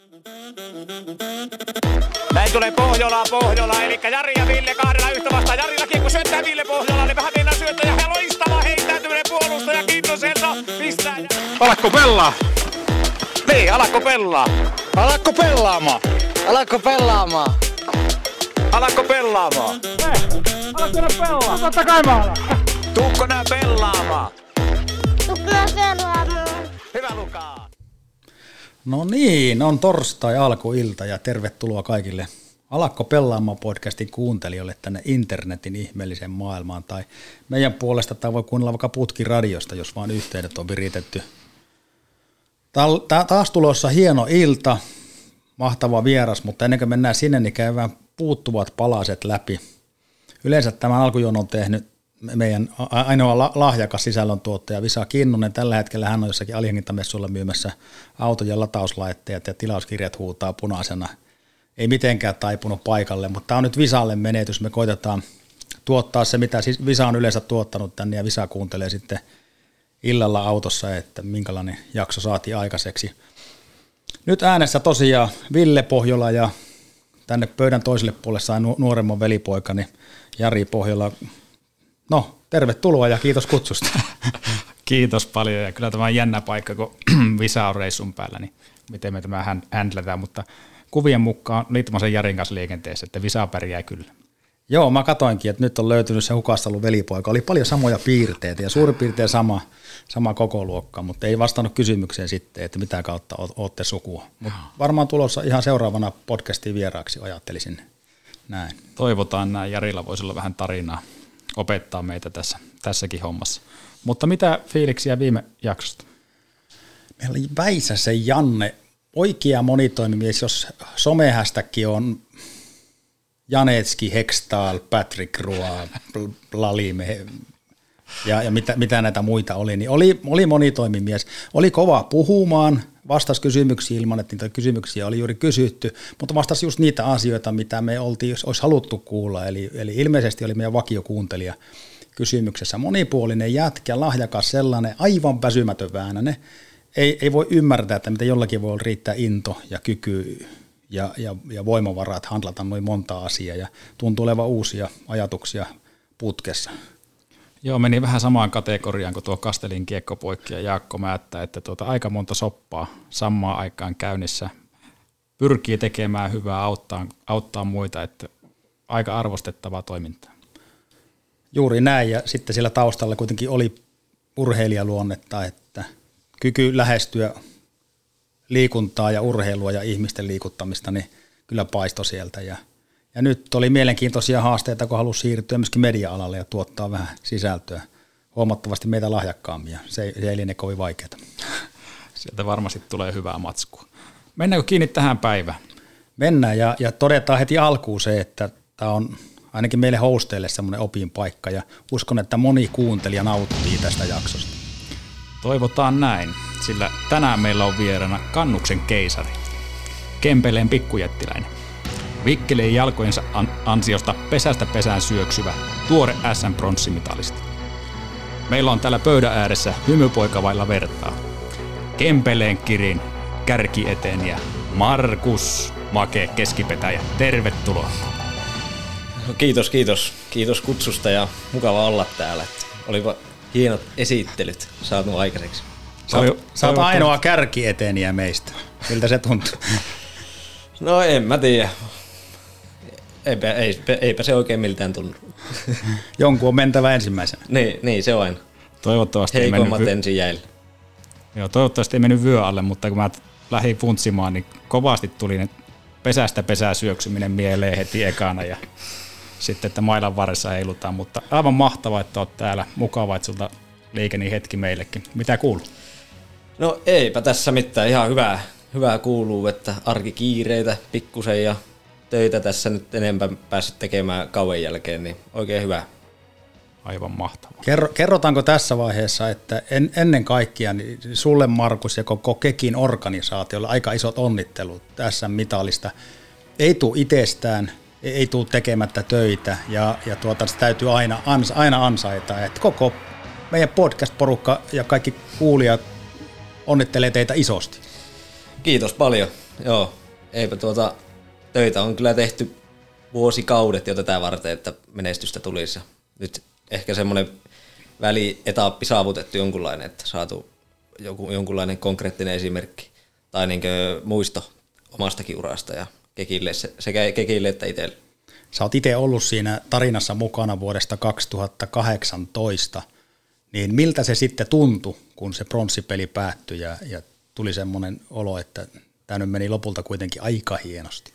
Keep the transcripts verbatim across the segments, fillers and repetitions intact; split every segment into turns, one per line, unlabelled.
Näin tulee Pohjola, Pohjola, eli Jari ja Ville kahdella yhtä vastaan. Jarillakin kun syöttää Ville Pohjola, niin vähän mennään syöttäjä. Ja loistava heittäytyminen puolustaja Kintoselta. Pistää.
Alakko pelaa?
Niin, alakko pelaa?
Alakko pelaamaan?
Alakko pelaamaan?
Alakko pelaamaan?
Hei, alakko nää pelaa? Totta kai mä alan.
Tuukko nää pelaamaan?
Tuukko nää pelaamaan?
Hyvä Luka.
No niin, on torstai alkuilta ja tervetuloa kaikille Alakko pelaamaan podcastin kuuntelijoille tänne internetin ihmeelliseen maailmaan. Tai meidän puolesta tai voi kuunnella vaikka Putkiradiosta, jos vaan yhteydet on viritetty. Taas tulossa hieno ilta, mahtava vieras, mutta ennen kuin mennään sinne, niin käydään puuttuvat palaset läpi. Yleensä tämän alkujoon on tehnyt meidän ainoa lahjakas sisällöntuottaja Visa Kinnunen. Tällä hetkellä hän on jossakin alihankintamessuilla myymässä autojen latauslaitteet ja tilauskirjat huutaa punaisena. Ei mitenkään taipunut paikalle, mutta tämä on nyt Visalle menetys. Me koitetaan tuottaa se, mitä Visa on yleensä tuottanut tänne, ja Visa kuuntelee sitten illalla autossa, että minkälainen jakso saatiin aikaiseksi. Nyt äänessä tosiaan Ville Pohjola ja tänne pöydän toiselle puolelle sai nuoremman velipoikani Jari Pohjola. No, tervetuloa ja kiitos kutsusta.
Kiitos paljon, ja kyllä tämä on jännä paikka, kun Visa on reissun päällä, niin miten me tämä händlätään, mutta kuvien mukaan Litmasen Jarin kanssa liikenteessä, että Visa pärjää kyllä.
Joo, mä katoinkin, että nyt on löytynyt se hukassa ollut velipoika. Oli paljon samoja piirteitä ja suurin piirtein sama, sama kokoluokka, mutta ei vastannut kysymykseen sitten, että mitä kautta ootte sukua. Mutta varmaan tulossa ihan seuraavana podcastiin vieraaksi, ajattelisin näin.
Toivotaan näin, Jarilla voisi olla vähän tarinaa opettaa meitä tässä, tässäkin hommassa. Mutta mitä fiiliksiä viime jaksosta?
Meillä oli Väisäsen Janne, oikea monitoimimies, jos somehästäkin on Janetski, Hextall, Patrick Roy, Lalime ja, ja mitä, mitä näitä muita oli, niin oli, oli monitoimimies. Oli kova puhumaan, vastasi kysymyksiä ilman, että niitä kysymyksiä oli juuri kysytty, mutta vastasi just niitä asioita, mitä me oltiin, olisi haluttu kuulla. Eli, eli ilmeisesti oli meidän vakiokuuntelija kysymyksessä. Monipuolinen jätkä, lahjakas sellainen, aivan väsymätön Väänänen. Ei, ei voi ymmärtää, että miten jollakin voi riittää into ja kyky ja, ja, ja voimavarat handlata noin monta asiaa ja tuntuu olevan uusia ajatuksia putkessa.
Joo, meni vähän samaan kategoriaan kuin tuo Kastelin kiekkopoikki ja Jaakko Määttä, että tuota, aika monta soppaa samaan aikaan käynnissä. Pyrkii tekemään hyvää, auttaa, auttaa muita, että aika arvostettavaa toimintaa.
Juuri näin, ja sitten siellä taustalla kuitenkin oli urheilijaluonnetta, että kyky lähestyä liikuntaa ja urheilua ja ihmisten liikuttamista, niin kyllä paistoi sieltä. Ja, ja nyt oli mielenkiintoisia haasteita, kun halusi siirtyä myöskin media-alalle ja tuottaa vähän sisältöä huomattavasti meitä lahjakkaammin, ja se, se ei liene kovin vaikeaa.
Sieltä varmasti tulee hyvää matskua. Mennäänkö kiinni tähän päivään?
Mennään, ja, ja todetaan heti alkuun se, että tämä on ainakin meille hosteille semmoinen opin paikka, ja uskon, että moni kuuntelija nauttii tästä jaksosta.
Toivotaan näin, sillä tänään meillä on vieraana Kannuksen keisari, Kempeleen pikkujättiläinen, vikkeleen jalkojensa an- ansiosta pesästä pesään syöksyvä, tuore äs äm-pronssimitalisti. Meillä on täällä pöydän ääressä hymypoika vailla vertaa, Kempeleen Kirin kärki eteen ja Markus Make keskipetäjä. Tervetuloa.
Kiitos, kiitos. Kiitos kutsusta ja mukava olla täällä. Olipa hienot esittelyt saatu aikaiseksi.
Sä oot, sä oot ainoa kärki eteniä meistä. Miltä se tuntuu?
No en mä tiedä. Eipä, eipä, eipä se oikein miltään tunnu.
Jonkun on mentävä ensimmäisenä.
Niin, niin se on aina.
Toivottavasti
heikommat
vy-
ensin jäillä.
Joo, toivottavasti ei mennyt vyö alle, mutta kun mä lähdin funtsimaan, niin kovasti tuli ne pesästä pesää syöksyminen mieleen heti ekana ja sitten, että mailan varressa heilutaan, mutta aivan mahtavaa, että oot täällä. Mukavaa, että sulta liikeni hetki meillekin. Mitä kuuluu?
No eipä tässä mitään. Ihan hyvää, hyvää kuuluu, että arkikiireitä pikkusen ja töitä tässä nyt enempää päässyt tekemään kauan jälkeen, niin oikein hyvä.
Aivan mahtavaa.
Kerro, kerrotaanko tässä vaiheessa, että en, ennen kaikkea niin sulle Markus ja koko Kekin organisaatiolla aika isot onnittelut tässä mitalista. Ei tule itsestään, ei tule tekemättä töitä ja, ja tuota, se täytyy aina, ans, aina ansaita. Että koko meidän podcast-porukka ja kaikki kuulijat onnittelee teitä isosti.
Kiitos paljon. Joo, eipä tuota, töitä on kyllä tehty vuosikaudet jo tätä varten, että menestystä tulisi. Nyt ehkä semmoinen välietappi saavutettu jonkunlainen, että saatu joku, jonkunlainen konkreettinen esimerkki tai niin muisto omastakin urasta ja Kekille, sekä Kekille että itselle.
Sä oot itse ollut siinä tarinassa mukana vuodesta kaksituhattakahdeksantoista, niin miltä se sitten tuntui, kun se pronssipeli päättyi ja, ja tuli semmoinen olo, että tämä nyt meni lopulta kuitenkin aika hienosti?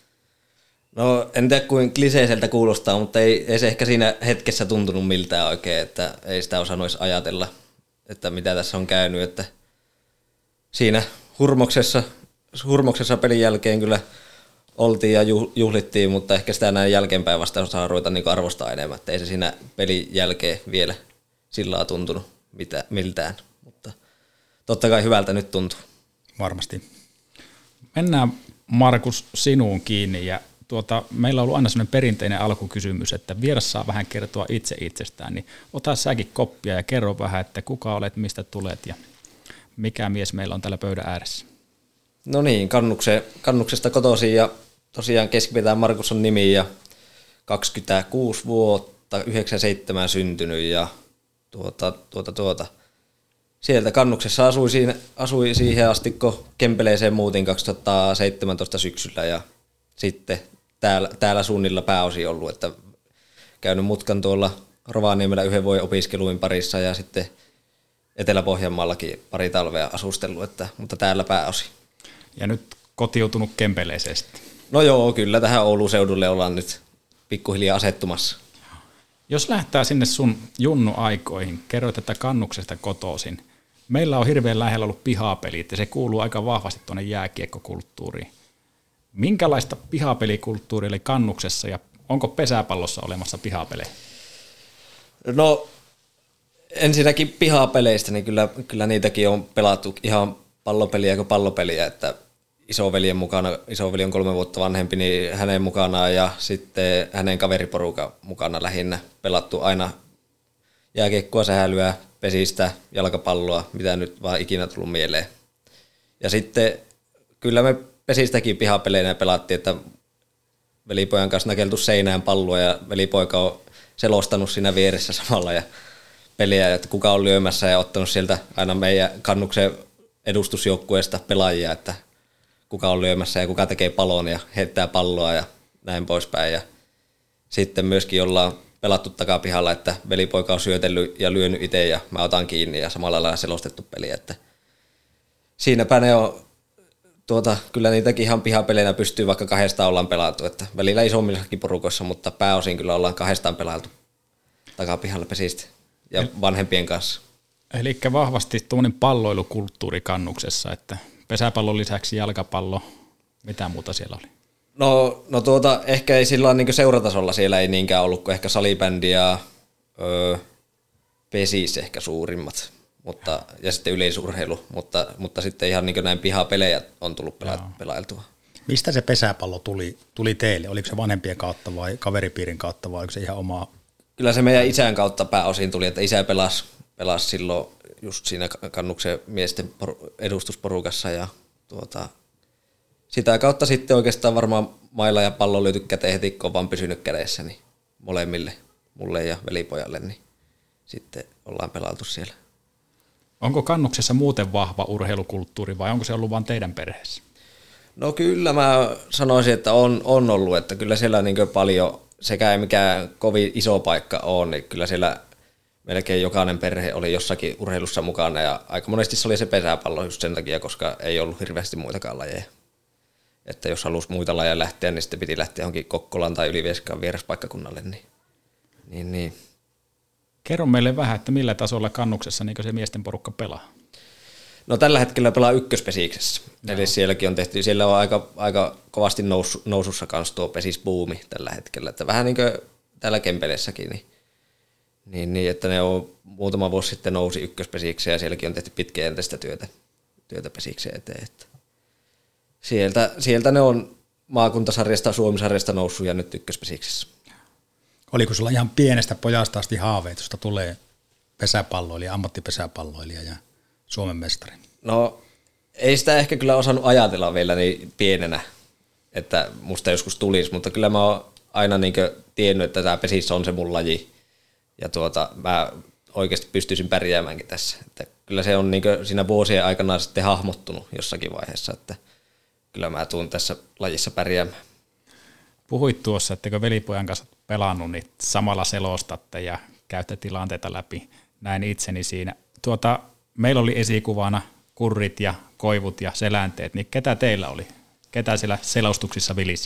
No en tiedä kuin kliseiseltä kuulostaa, mutta ei, ei se ehkä siinä hetkessä tuntunut miltään oikein, että ei sitä osannut ajatella, että mitä tässä on käynyt, että siinä hurmoksessa, hurmoksessa pelin jälkeen kyllä oltiin ja juhlittiin, mutta ehkä sitä näin jälkeenpäin vasta saa ruveta niin arvostaa enemmän, että ei se siinä pelin jälkeen vielä sillä lailla tuntunut mitä, miltään, mutta totta kai hyvältä nyt tuntuu.
Varmasti.
Mennään Markus sinuun kiinni ja tuota, meillä on ollut aina sellainen perinteinen alkukysymys, että vieras saa vähän kertoa itse itsestään, niin ota säkin koppia ja kerro vähän, että kuka olet, mistä tulet ja mikä mies meillä on täällä pöydän ääressä.
No niin, kannukse, kannuksesta kotoisin ja tosiaan keskipitään Markus on nimi ja kaksikymmentäkuusi vuotta, yhdeksänkymmentäseitsemän syntynyt ja tuota, tuota, tuota. Sieltä kannuksessa asui, siinä, asui siihen asti, kun Kempeleeseen muutin kaksituhattaseitsemäntoista syksyllä ja sitten täällä, täällä suunnilla pääosin ollut, että käynyt mutkan tuolla Rovaniemellä yhden vuoden opiskeluin parissa ja sitten Etelä-Pohjanmaallakin pari talvea asustellut, että, mutta täällä pääosin.
Ja nyt kotiutunut Kempeleeseen sitten.
No joo, kyllä tähän Oulun seudulle ollaan nyt pikkuhiljaa asettumassa.
Jos lähtee sinne sun junnu-aikoihin, kerroit, että kannuksesta kotoisin. Meillä on hirveän lähellä ollut pihapelit ja se kuuluu aika vahvasti tuonne jääkiekkokulttuuriin. Minkälaista pihapelikulttuuria oli kannuksessa ja onko pesäpallossa olemassa pihapelejä?
No ensinnäkin pihapeleistä, niin kyllä, kyllä niitäkin on pelattu ihan pallopeliä kuin pallopeliä, että isoveljen mukana, isoveli on kolme vuotta vanhempi, niin hänen mukanaan ja sitten hänen kaveriporukan mukana lähinnä pelattu aina jääkiekkoa, sähälyä, pesistä, jalkapalloa, mitä nyt vaan ikinä tullut mieleen. Ja sitten kyllä me pesistäkin pihapeleinä pelattiin, että velipojan kanssa nakeltu seinään palloa ja velipoika on selostanut siinä vieressä samalla ja peliä, että kuka on lyömässä ja ottanut sieltä aina meidän kannuksen edustusjoukkueesta pelaajia, että kuka on lyömässä ja kuka tekee palon ja heittää palloa ja näin poispäin. Ja sitten myöskin ollaan pelattu takapihalla, että velipoika on syötellyt ja lyönyt itse ja mä otan kiinni ja samalla lailla selostettu peliä. Että siinäpä ne on, tuota, kyllä niitäkin ihan pihapeleinä pystyy, vaikka kahdestaan ollaan pelattu. Että välillä isommissakin porukoissa, mutta pääosin kyllä ollaan kahdestaan pelailtu takapihalla pesistä ja vanhempien kanssa.
Eli vahvasti tuommoinen palloilukulttuuri kannuksessa, että pesäpallon lisäksi jalkapallo, mitä muuta siellä oli?
No, no tuota, ehkä ei sillä niin seuratasolla siellä ei niinkään ollut, kuin ehkä salibändi ja öö, pesis ehkä suurimmat, mutta, ja sitten yleisurheilu, mutta, mutta sitten ihan niin näin pihapelejä on tullut pela- pelailtua.
Mistä se pesäpallo tuli, tuli teille? Oliko se vanhempien kautta vai kaveripiirin kautta vai oliko se ihan omaa?
Kyllä se meidän isän kautta pääosin tuli, että isä pelasi, pelasi silloin just siinä kannuksen miesten edustusporukassa ja tuota, sitä kautta sitten oikeastaan varmaan mailla ja pallo löytyi käteen heti, kun on vaan pysynyt kädessä, niin molemmille, mulle ja velipojalle, niin sitten ollaan pelailtu siellä.
Onko kannuksessa muuten vahva urheilukulttuuri vai onko se ollut vain teidän perheessä?
No kyllä mä sanoisin, että on, on ollut, että kyllä siellä niin paljon, sekä ei mikään kovin iso paikka ole, niin kyllä siellä melkein jokainen perhe oli jossakin urheilussa mukana ja aika monesti se oli se pesäpallo just sen takia, koska ei ollut hirveästi muitakaan lajeja. Että jos halusi muita lajeja lähteä, niin sitten piti lähteä johonkin Kokkolan tai Ylivieskaan vieraspaikkakunnalle. Niin, niin, niin.
Kerro meille vähän, että millä tasolla kannuksessa niin se miesten porukka pelaa?
No tällä hetkellä pelaa ykköspesiksessä. No. Eli sielläkin on tehty, siellä on aika, aika kovasti nousu, nousussa kanssa tuo pesisbuumi tällä hetkellä. Että vähän niin kuin täällä Kempeleessäkin, niin, niin, niin että ne on muutama vuosi sitten nousi ykköspesikseen ja sielläkin on tehty pitkäjänteistä työtä, työtä pesikseen eteen. Että sieltä, sieltä ne on maakuntasarjasta, Suomisarjasta noussut ja nyt ykköspesiksessä.
Oliko sulla ihan pienestä pojasta asti haaveet, josta tulee pesäpalloilija, ammattipesäpalloilija ja Suomen mestari?
No ei sitä ehkä kyllä osannut ajatella vielä niin pienenä, että musta joskus tulisi, mutta kyllä mä oon aina niin tiennyt, että tämä pesissä on se mun laji. Ja tuota, mä oikeasti pystyisin pärjäämäänkin tässä. Että kyllä se on niin siinä vuosien aikana sitten hahmottunut jossakin vaiheessa, että kyllä mä tuun tässä lajissa pärjäämään.
Puhuit tuossa, että kun velipojan kanssa pelannut, niin samalla selostatte ja käytte tilanteita läpi. Näin itseni siinä. Tuota, meillä oli esikuvana kurrit ja koivut ja selänteet, niin ketä teillä oli? Ketä siellä selostuksissa vilisi?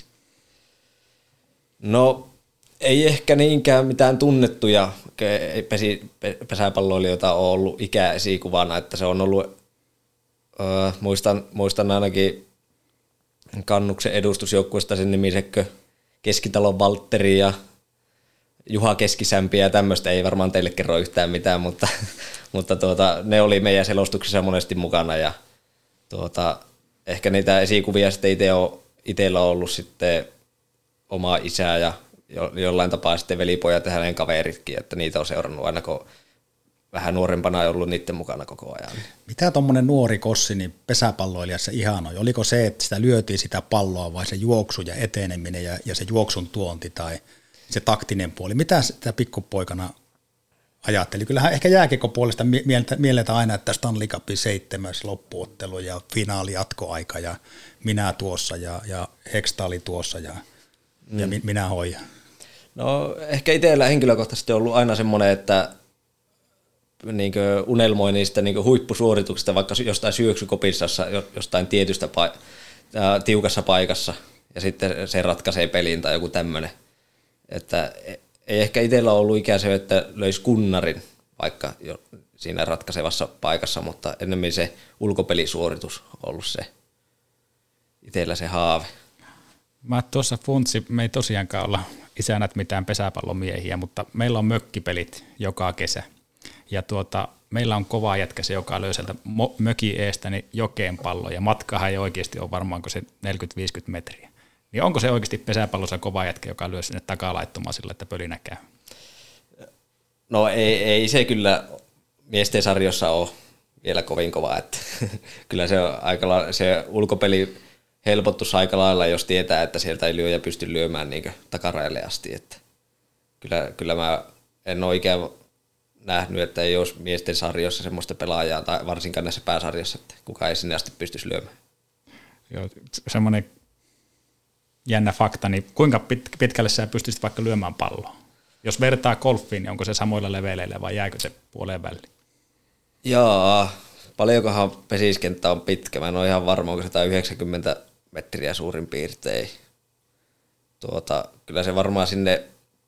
No ei ehkä niinkään mitään tunnettuja pesi, pesäpalloilijoita ole ollut ikäesikuvana, että se on ollut, öö, muistan, muistan ainakin Kannuksen edustusjoukkueesta sen nimisekkö Keskitalon Valtteri ja Juha Keskisämpi ja tämmöistä, ei varmaan teille kerro yhtään mitään, mutta, mutta tuota, ne oli meidän selostuksissa monesti mukana ja tuota, ehkä niitä esikuvia sitten itse on, itsellä on ollut sitten oma isä ja jo, jollain tapaa sitten velipojat ja hänen kaveritkin, että niitä on seurannut aina kun vähän nuorempana on ollut niiden mukana koko ajan.
Mitä tuommoinen nuori kossi niin pesäpalloilijassa ihanoi? Oliko se, että sitä lyötiin sitä palloa vai se juoksu ja eteneminen ja, ja se juoksun tuonti tai se taktinen puoli? Mitä sitä pikkupoikana ajatteli? Kyllähän ehkä jääkiekon puolesta mielletään aina, että Stanley Cupin seitsemäs loppuottelu ja finaali jatkoaika ja minä tuossa ja, ja Hextali tuossa ja, mm. ja minä hoidan.
No ehkä itsellä henkilökohtaisesti on ollut aina semmoinen, että niin unelmoi niistä niin huippusuorituksista vaikka jostain syöksykopissassa, jostain tietystä pa- tiukassa paikassa ja sitten se ratkaisee peliin tai joku tämmöinen. Että ei ehkä itsellä ollut ikään se, että löisi kunnarin vaikka jo siinä ratkaisevassa paikassa, mutta ennemmin se ulkopelisuoritus on ollut se itsellä se haave.
Mä tuossa funtsi, me ei tosiaankaan olla isänät mitään pesäpallomiehiä, mutta meillä on mökkipelit joka kesä. Ja tuota, meillä on kova jätkä se, joka löy sieltä mo- mökin eestäni jokeen pallo, ja matkahan ei oikeasti ole varmaanko se neljäkymmentä viisikymmentä metriä. Niin onko se oikeasti pesäpallossa kova jätkä, joka lyö sinne takalaittomaan sillä, että pölinä käy?
No ei, ei se kyllä miesten sarjossa ole vielä kovin kova, että kyllä se, on aika la- se ulkopeli helpottuisi aika lailla, jos tietää, että sieltä ei lyö ja pysty lyömään niin takarajalle asti. Että kyllä, kyllä mä en ole ikään nähnyt, että ei olisi miesten sarjossa semmoista pelaajaa, tai varsinkaan näissä pääsarjassa, että kukaan ei sinne asti pystyisi lyömään.
Joo, semmoinen jännä fakta, niin kuinka pit- pitkälle sä pystyisit vaikka lyömään palloa? Jos vertaa golfiin, niin onko se samoilla leveleillä vai jääkö se puoleen väliin?
Jaa, paljonkohan pesiskenttä on pitkä. Mä en ole ihan varma, onko se sata yhdeksänkymmentä metriä suurin piirtein. Tuota, kyllä se varmaan sinne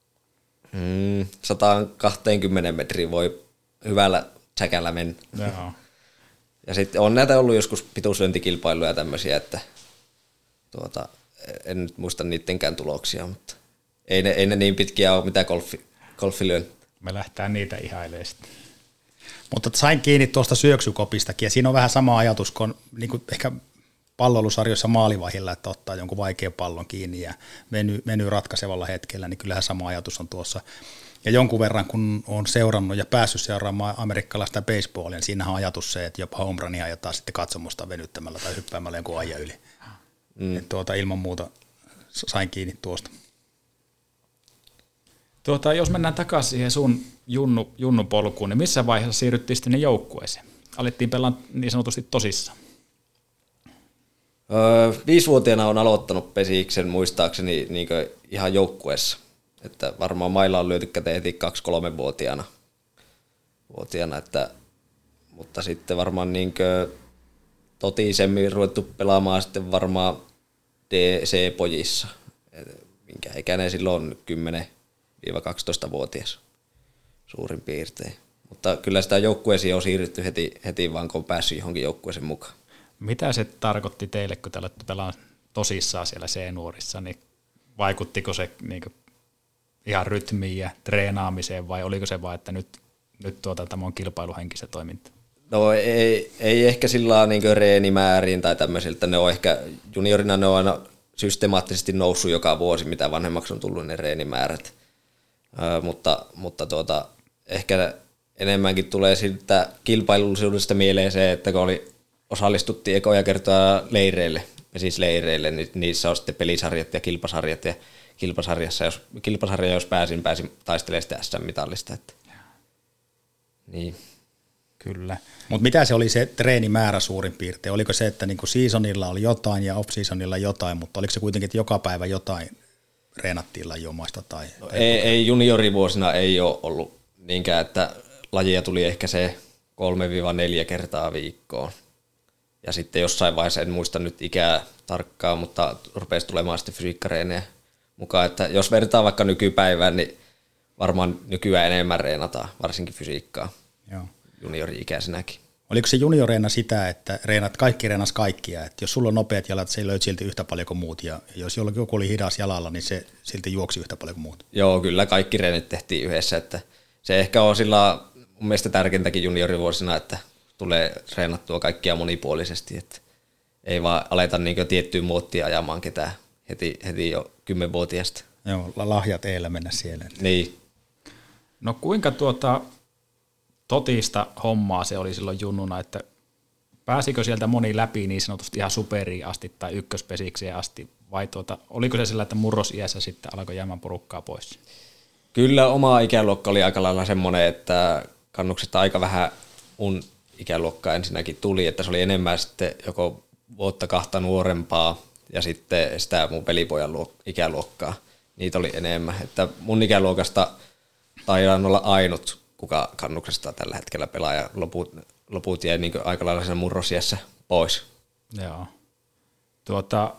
mm, sata kaksikymmentä metriä voi hyvällä säkällä mennä.
Joo.
Ja sitten on näitä ollut joskus pituuslyöntikilpailuja ja tämmöisiä, että tuota, en nyt muista niittenkään tuloksia, mutta ei ne, ei ne niin pitkiä ole, mitä golfi, golfilyön.
Me lähtään niitä ihailemaan sitten.
Mutta sain kiinni tuosta syöksykopistakin, ja siinä on vähän sama ajatus kuin, niin kuin ehkä palloilusarjoissa maalivahilla, että ottaa jonkun vaikean pallon kiinni ja venyy, venyy ratkaisevalla hetkellä, niin kyllähän sama ajatus on tuossa. Ja jonkun verran, kun on seurannut ja päässyt seuraamaan amerikkalaista baseballia, niin siinähän on ajatus se, että jopa home runia ajetaan sitten katsomusta venyttämällä tai hyppäämällä jonkun ajan yli. Mm. Että tuota, ilman muuta sain kiinni tuosta.
Tuota, jos mennään takaisin siihen sun junnu, junnupolkuun, niin missä vaiheessa siirryttiin sitten joukkueeseen? Alettiin pelaa niin sanotusti tosissaan.
Öö, viisivuotiaana on aloittanut pesiksen muistaakseni niin ihan joukkueessa. Että varmaan mailla on lyöty käteen heti kaksi-kolme-vuotiaana. Vuotiaana, että, mutta sitten varmaan niin totisemmin ruvettu pelaamaan sitten varmaan D C-pojissa. Minkä ikäinen silloin on kymmenen-kaksitoista-vuotias suurin piirtein. Mutta kyllä sitä joukkueeseen on siirrytty heti, heti vaan, kun on päässyt johonkin joukkueeseen mukaan.
Mitä se tarkoitti teille, kun te olette pelaamaan tosissaan siellä C-nuorissa, niin vaikuttiko se niin kuin ihan rytmiin ja treenaamiseen vai oliko se vaan, että nyt, nyt tuota, tämä on kilpailuhenkistä toiminta? No
ei, ei ehkä sillä niin reenimäärin tai tämmöisiltä. Ne on ehkä juniorina ne on aina systemaattisesti noussut joka vuosi, mitä vanhemmaksi on tullut ne reenimäärät. Ö, mutta mutta tuota, ehkä enemmänkin tulee siltä kilpailullisuudesta mieleen se, että kun oli osallistuttiin ekoja kertoa leireille, vesisleireille, niin niissä on sitten pelisarjat ja kilpasarjat, ja kilpasarjassa, jos, kilpasarja, jos pääsin, pääsin taistelemaan sitä S M-mitallista. Että. Niin.
Kyllä. Mutta mitä se oli se treenimäärä suurin piirtein? Oliko se, että niinku seasonilla oli jotain ja off-seasonilla jotain, mutta oliko se kuitenkin, että joka päivä jotain reenattiin lajiomaista? Tai,
no
tai
ei, ei juniorivuosina ei ole ollut niinkään, että lajia tuli ehkä se kolme neljä kertaa viikkoon. Ja sitten jossain vaiheessa, en muista nyt ikää tarkkaan, mutta rupesi tulemaan sitten fysiikkareenejä mukaan. Että jos vertaa vaikka nykypäivään, niin varmaan nykyään enemmän reenataan, varsinkin fysiikkaa. Joo. Juniori-ikäisenäkin.
Oliko se junioreena sitä, että reenat, kaikki reenas kaikkia, että jos sulla on nopeat jalat, se ei löyt silti yhtä paljon kuin muut, ja jos jollakin joku oli hidas jalalla, niin se silti juoksi yhtä paljon kuin muut?
Joo, kyllä kaikki reenit tehtiin yhdessä, että se ehkä on sillä mun mielestä tärkeintäkin juniorivuosina, että tulee reenattua kaikkia monipuolisesti, että ei vaan aleta niin tiettyyn muottiin ajamaan ketään heti, heti jo kymmenvuotiaasta.
Joo, lahjat eellä mennä siellä.
Niin.
No kuinka tuota totista hommaa se oli silloin junnuna, että pääsikö sieltä moni läpi niin sanotusti ihan superiin asti tai ykköspesikseen asti, vai tuota, oliko se sillä, että murrosiässä sitten alkoi jäämään porukkaa pois?
Kyllä oma ikäluokka oli aika lailla semmoinen, että kannuksesta aika vähän mun ikäluokkaa ensinnäkin tuli, että se oli enemmän sitten joko vuotta kahta nuorempaa ja sitten sitä mun pelipojan luok- ikäluokkaa. Niitä oli enemmän, että mun ikäluokasta taidan olla ainut, kuka kannuksesta tällä hetkellä pelaa, ja loput, loput jäi niin aika lailla sen murrosiässä pois.
Joo. Tuota,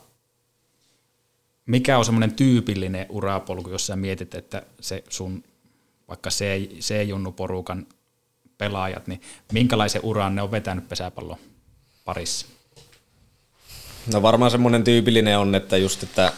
mikä on semmoinen tyypillinen urapolku, jos sä mietit, että se sun vaikka C-junnuporukan pelaajat, niin minkälaisen uran ne on vetänyt pesäpallon parissa?
No varmaan semmoinen tyypillinen on, että just, että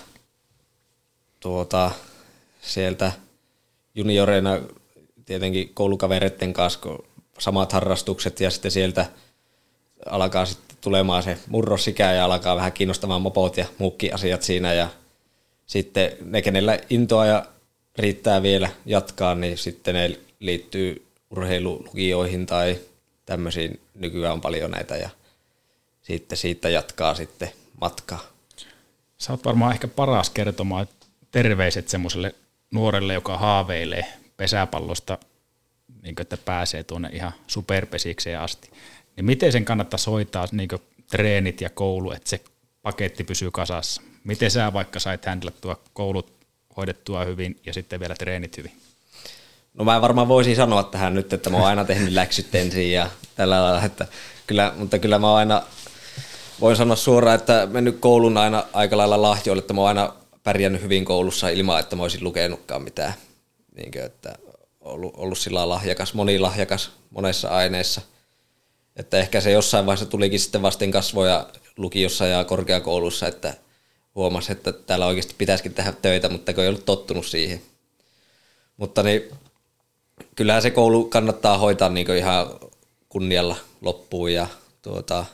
tuota, sieltä junioreina tietenkin koulukavereiden kanssa, kun samat harrastukset, ja sitten sieltä alkaa sitten tulemaan se murrosikä ja alkaa vähän kiinnostamaan mopot ja muukin asiat siinä, ja sitten ne, kenellä intoa ja riittää vielä jatkaa, niin sitten ne liittyy urheilulukioihin tai tämmöisiin, nykyään on paljon näitä, ja sitten siitä jatkaa sitten matkaa.
Sä oot varmaan ehkä paras kertomaan terveiset semmoiselle nuorelle, joka haaveilee pesäpallosta, niin kuin, että pääsee tuonne ihan superpesikseen asti. Niin miten sen kannattaisi hoitaa niin kuin treenit ja koulu, että se paketti pysyy kasassa? Miten sä vaikka sait handlattua koulut hoidettua hyvin ja sitten vielä treenit hyvin?
No mä varmaan voisin sanoa tähän nyt, että mä oon aina tehnyt läksyt ensin ja tällä lailla, että kyllä, mutta kyllä mä oon aina, voin sanoa suoraan, että mennyt koulun aina aika lailla lahjoille, että mä oon aina pärjännyt hyvin koulussa ilman, että mä olisin lukenutkaan mitään. Niin kuin, että ollut, ollut sillä lahjakas, monilahjakas monessa aineessa. Että ehkä se jossain vaiheessa tulikin sitten vasten kasvoja lukiossa ja korkeakoulussa, että huomasi, että täällä oikeasti pitäisikin tehdä töitä, mutta kun ei ollut tottunut siihen. Mutta niin, kyllähän se koulu kannattaa hoitaa niin kuin ihan kunnialla loppuun ja tuota,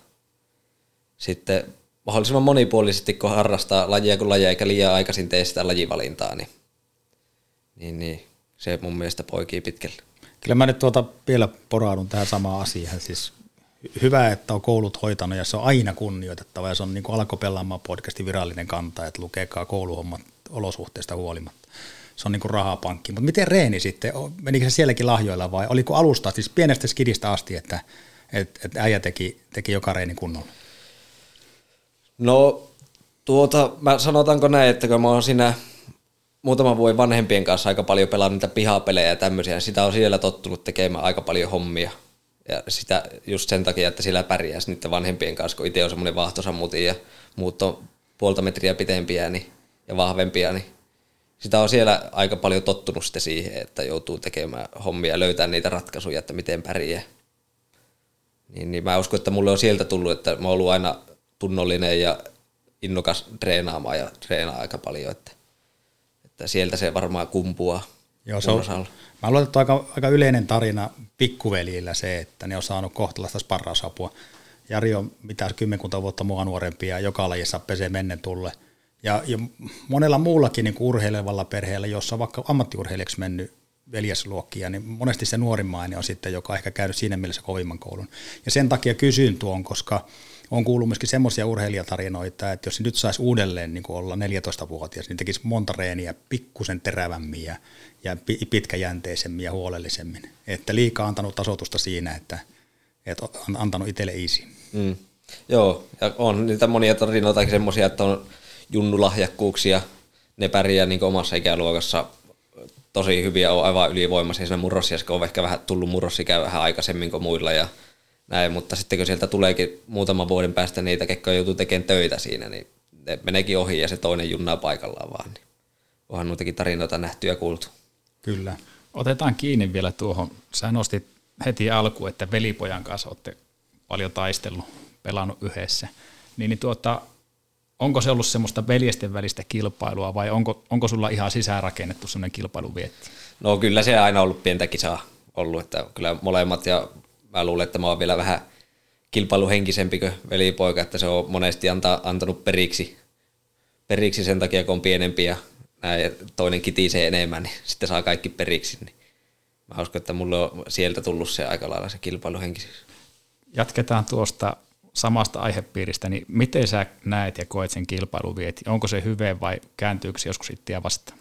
sitten mahdollisimman monipuolisesti, kun harrastaa lajia kuin lajia, eikä liian aikaisin tee sitä lajivalintaa, niin, niin, niin se mun mielestä poikii pitkälle.
Kyllä mä nyt tuota vielä poraudun tähän samaan asiaan. Siis hyvä, että on koulut hoitanut ja se on aina kunnioitettava ja se on niin kuin Alkoi pelaamaan podcastin virallinen kanta, että lukeekaa kouluhommat olosuhteista huolimatta. Se on niin kuin rahapankki. Mutta miten reeni sitten? Menikö se sielläkin lahjoilla vai oliko alusta, siis pienestä skidistä asti, että, että, että äijä teki, teki joka reeni kunnolla?
No tuota, mä sanotaanko näin, että kun mä oon siinä muutaman vuoden vanhempien kanssa aika paljon pelannut niitä pihapelejä ja tämmöisiä, niin sitä on siellä tottunut tekemään aika paljon hommia. Ja sitä just sen takia, että siellä pärjäisi niiden vanhempien kanssa, kun itse on semmoinen vaahtosammutin ja muut on puolta metriä pitempiä niin, ja vahvempia, niin sitä on siellä aika paljon tottunut sitten siihen, että joutuu tekemään hommia ja löytää niitä ratkaisuja, että miten pärjää. Niin, niin mä uskon, että mulle on sieltä tullut, että mä oon ollut aina tunnollinen ja innokas treenaamaan ja treenaa aika paljon, että, että sieltä se varmaan kumpuaa.
Joo, se on, mä luulen, että aika, aika yleinen tarina pikkuveljillä se, että ne on saanut kohtalaista sparrausapua. Jari on mitään kymmenkunta vuotta mua nuorempia ja joka lajissa pesee mennen tulle. Ja, ja monella muullakin niin kuin urheilevalla perheellä, jossa on vaikka ammattiurheilijaksi mennyt veljesluokkia, niin monesti se nuorimmainen on sitten, joka on ehkä käynyt siinä mielessä kovimman koulun. Ja sen takia kysyn tuon, koska on kuullut myöskin semmoisia urheilijatarinoita, että jos nyt saisi uudelleen niin kuin olla neljätoistavuotias, niin tekisi monta reeniä pikkusen terävämmin ja, ja pitkäjänteisemmin ja huolellisemmin. Että liikaa antanut tasoitusta siinä, että, että on antanut itselle easy.
Mm. Joo, ja on niitä monia tarinoitakin semmoisia, että on junnulahjakkuuksia, ne pärjää niin omassa ikäluokassa tosi hyviä, on aivan ylivoimaisia. Siinä murrosiässä on ehkä vähän tullut murrosikää vähän aikaisemmin kuin muilla ja näin, mutta sitten kun sieltä tuleekin muutaman vuoden päästä niitä, ketkä joutuu tekemään töitä siinä, niin ne meneekin ohi ja se toinen junnaa paikallaan vaan. Niin onhan noitakin tarinoita nähty ja kuultu.
Kyllä.
Otetaan kiinni vielä tuohon. Sä nostit heti alkuun, että velipojan kanssa olette paljon taistellut, pelannut yhdessä. Niin, niin tuota, onko se ollut semmoista veljesten välistä kilpailua vai onko, onko sulla ihan sisäänrakennettu semmoinen kilpailuvietti?
No kyllä se aina ollut pientä kisaa ollut, että kyllä molemmat ja mä luulen, että mä oon vielä vähän kilpailuhenkisempi kuin velipoika, että se on monesti anta, antanut periksi, periksi sen takia, kun on pienempi ja näin, toinen kitisee enemmän, niin sitten saa kaikki periksi. Niin mä uskon, että mulla on sieltä tullut se aika lailla se kilpailuhenkisyys.
Jatketaan tuosta samasta aihepiiristä, niin miten sä näet ja koet sen kilpailuvieti? Onko se hyvä vai kääntyykö se joskus itseä vastaan?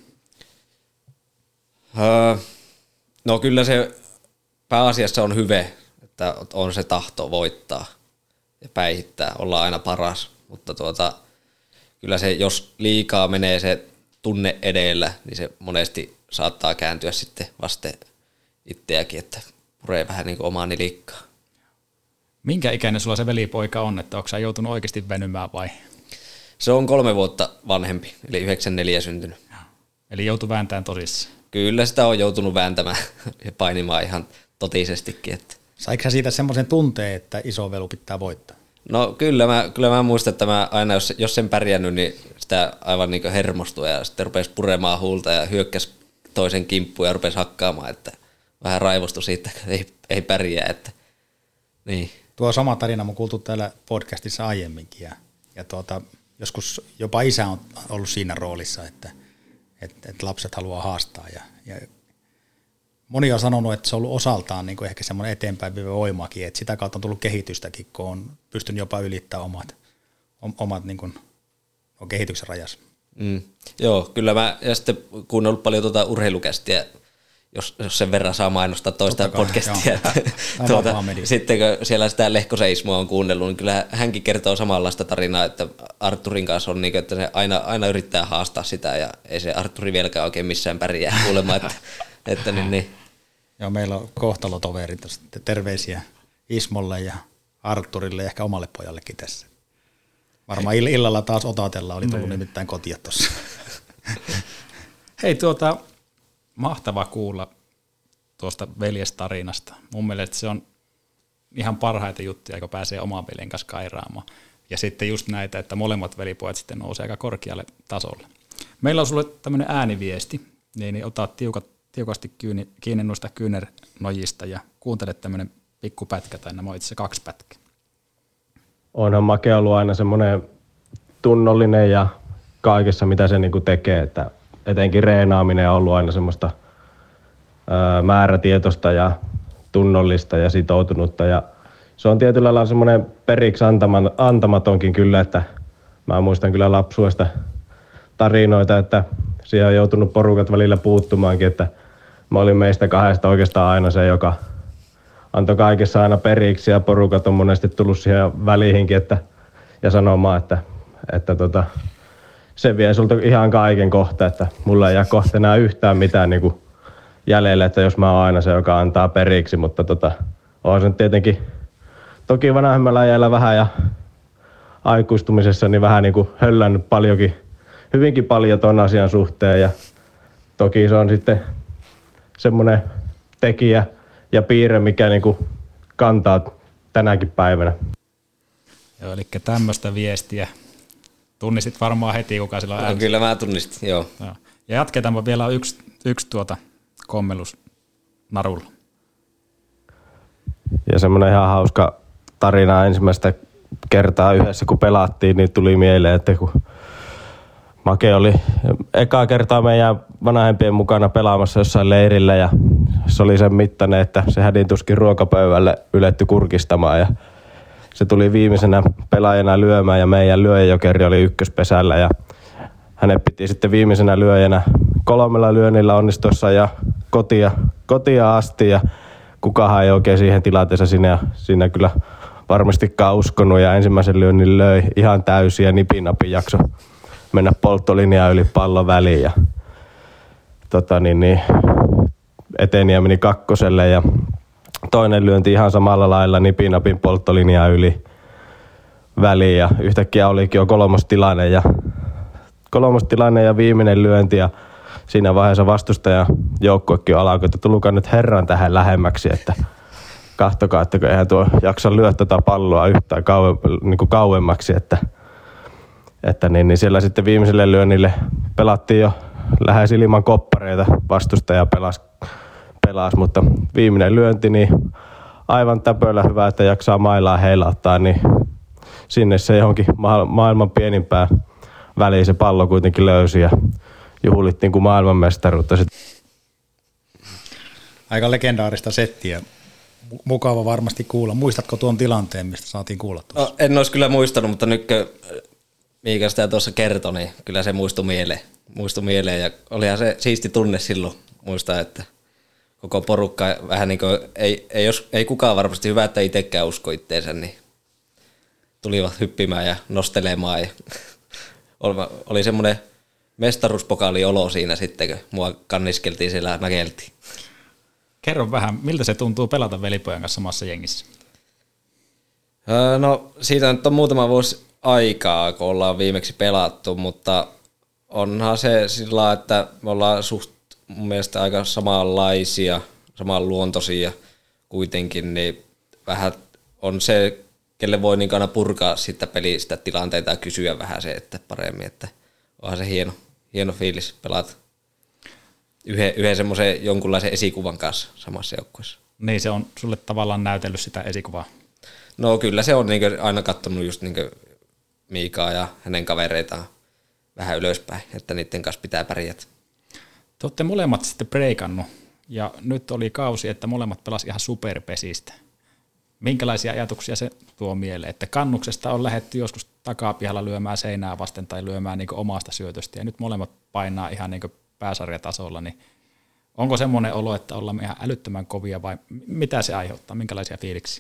Öö, no kyllä se pääasiassa on hyvä, että on se tahto voittaa ja päihittää, ollaan aina paras, mutta tuota, kyllä se, jos liikaa menee se tunne edellä, niin se monesti saattaa kääntyä sitten vasten itseäkin, että puree vähän niin kuin omaa nilikkaa.
Minkä ikäinen sulla se velipoika on, että onko sä joutunut oikeasti venymään vai?
Se on kolme vuotta vanhempi, eli yhdeksänkymmentäneljä syntynyt.
Eli joutui vääntämään tosissaan.
Kyllä sitä on joutunut vääntämään ja painimaan ihan totisestikin. Että.
Saiko sä siitä semmoisen tunteen, että isovelu pitää voittaa?
No kyllä mä, kyllä mä muistan, että mä aina jos, jos sen pärjännyt, niin sitä aivan niin kuin hermostui ja sitten rupesi puremaan huulta ja hyökkäsi toisen kimppuun ja rupesi hakkaamaan, että vähän raivostui siitä, että ei, ei pärjää. Että. Niin.
Tuo sama tarina on kuultu täällä podcastissa aiemminkin ja, ja tuota, joskus jopa isä on ollut siinä roolissa, että, että, että lapset haluaa haastaa ja, ja moni on sanonut, että se on ollut osaltaan niin kuin ehkä semmoinen eteenpäin vievä voimakin, että sitä kautta on tullut kehitystäkin, kun on pystynyt jopa ylittämään omat, omat niin kuin, on kehityksen rajassa.
Mm. Joo, kyllä mä, ja sitten kun on ollut paljon tuota urheilukästiä, jos, jos sen verran saa mainostaa toista kai, podcastia, että, tuota, sitten kun siellä sitä Lehko Seismoa on kuunnellut, niin kyllä hänkin kertoo samanlaista tarinaa, että Arturin kanssa on niin kuin, että se aina, aina yrittää haastaa sitä ja ei se Arturi vieläkään oikein missään pärjää kuulemma, että, että niin, niin.
Joo, meillä on kohtalotoverit, terveisiä Ismolle ja Arturille ja ehkä omalle pojallekin tässä. Varmaan illalla taas Otatella oli tullut nimittäin kotia tuossa.
Hei, tuota, mahtava kuulla tuosta veljestarinasta. Mun mielestä se on ihan parhaita juttuja, kun pääsee oman veljen kanssa kairaamaan. Ja sitten just näitä, että molemmat velipojat sitten nousee aika korkealle tasolle. Meillä on sulle tämmöinen ääniviesti, niin ota tiukat, tiukasti kiinni, kiinni noista kyynärnojista ja kuuntele tämmöinen pikku pätkä, tai nämä on itse asiassa kaksi pätkää.
Onhan Make ollut aina semmoinen tunnollinen ja kaikessa, mitä se niinku tekee, että etenkin reenaaminen on ollut aina semmoista ää, määrätietoista ja tunnollista ja sitoutunutta. Ja se on tietyllä lailla semmoinen periksi antamatonkin kyllä, että mä muistan kyllä lapsuudesta tarinoita, että siihen on joutunut porukat välillä puuttumaankin, että mä olin meistä kahdesta oikeastaan aina se, joka antoi kaikessa aina periksi ja porukat on monesti tullut siihen väliinkin että, ja sanomaan, että, että tota, se vie sulta ihan kaiken kohta, että mulla ei jää kohta enää yhtään mitään niin kuin jäljelle, että jos mä oon aina se, joka antaa periksi, mutta tota, on se tietenkin toki vanhemmalla jäillä vähän ja aikuistumisessa niin vähän niin kuin höllännyt paljonkin, hyvinkin paljon ton asian suhteen ja toki se on sitten semmoinen tekijä ja piirre, mikä niin kuin kantaa tänäkin päivänä.
Joo, eli tämmöistä viestiä. Tunnistit varmaan heti, kuka sillä on ääni.
No, kyllä mä tunnistin, joo.
joo. Ja jatketaanpa vielä yksi, yksi tuota kommellus narulla.
Ja semmoinen ihan hauska tarina ensimmäistä kertaa yhdessä, kun pelattiin, niin tuli mieleen, että kun Make oli ekaa kertaa meidän vanhempien mukana pelaamassa jossain leirillä ja se oli sen mittainen, että se hädin tuskin ruokapöydälle yletty kurkistamaan ja se tuli viimeisenä pelaajana lyömään ja meidän lyöjäjokeri oli ykköspesällä ja hänet piti sitten viimeisenä lyöjänä kolmella lyönnillä onnistuessa ja kotia, kotia asti ja kukahan ei oikein siihen tilanteessa siinä, siinä kyllä varmastikaan uskonut ja ensimmäisen lyönnin löi ihan täysin ja nipinapin jakso mennä polttolinjaa yli pallon väliin ja tota niin, niin, eteni ja meni kakkoselle ja toinen lyönti ihan samalla lailla nipinapin polttolinjaa yli väliin ja yhtäkkiä olikin jo kolmostilanne ja kolmostilanne ja viimeinen lyönti ja siinä vaiheessa vastustajan joukkuekin alkoi, että tulkaa nyt herran tähän lähemmäksi, että kahtokaa, että eihän tuo jaksa lyödä tätä palloa yhtään kauem, niin kuin kauemmaksi, että, että niin, niin siellä sitten viimeiselle lyönnille pelattiin jo lähes ilman koppareita, vastustaja pelasi, pelasi, mutta viimeinen lyönti, niin aivan täpöllä hyvä, että jaksaa mailaa heilauttaa, niin sinne se johonkin maailman pienimpään väliin se pallo kuitenkin löysi ja juhlittiin kuin maailmanmestaruutta.
Aika legendaarista settiä. Mukava varmasti kuulla. Muistatko tuon tilanteen, mistä saatiin kuulla tuossa?
No, en olisi kyllä muistanut, mutta nyt kun Miika sitä tuossa kertoi, niin kyllä se muistui mieleen. Muistui mieleen ja olihan se siisti tunne silloin muistaa, että koko porukka vähän niin kuin, ei, ei, jos, ei kukaan varmasti hyvä, että itsekään usko itteensä, niin tulivat hyppimään ja nostelemaan ja oli semmoinen mestaruuspokaali olo siinä sitten, kun mua kanniskeltiin siellä nakeltiin.
Kerro vähän, miltä se tuntuu pelata velipojan kanssa samassa jengissä?
Öö, no siitä nyt on muutama vuosi aikaa, kun ollaan viimeksi pelattu, mutta onhan se sillä, että me ollaan suht mun mielestä aika samanlaisia, samanluontoisia kuitenkin, niin vähän on se, kelle voi niin aina purkaa sitä pelistä tilanteita ja kysyä vähän se, että paremmin, että onhan se hieno, hieno fiilis pelata yhden, yhden semmoisen jonkunlaisen esikuvan kanssa samassa joukkueessa.
Niin, se on sulle tavallaan näytellyt sitä esikuvaa.
No kyllä se on niin aina katsonut just niin Miikaa ja hänen kavereitaan vähän ylöspäin, että niiden kanssa pitää pärjätä.
Te olette molemmat sitten breikannut ja nyt oli kausi, että molemmat pelasivat ihan superpesistä. Minkälaisia ajatuksia se tuo mieleen, että kannuksesta on lähdetty joskus takapihalla lyömään seinää vasten tai lyömään niin omasta syötöstä ja nyt molemmat painaa ihan niin pääsarjatasolla, niin onko semmoinen olo, että ollaan ihan älyttömän kovia vai mitä se aiheuttaa, minkälaisia fiiliksiä?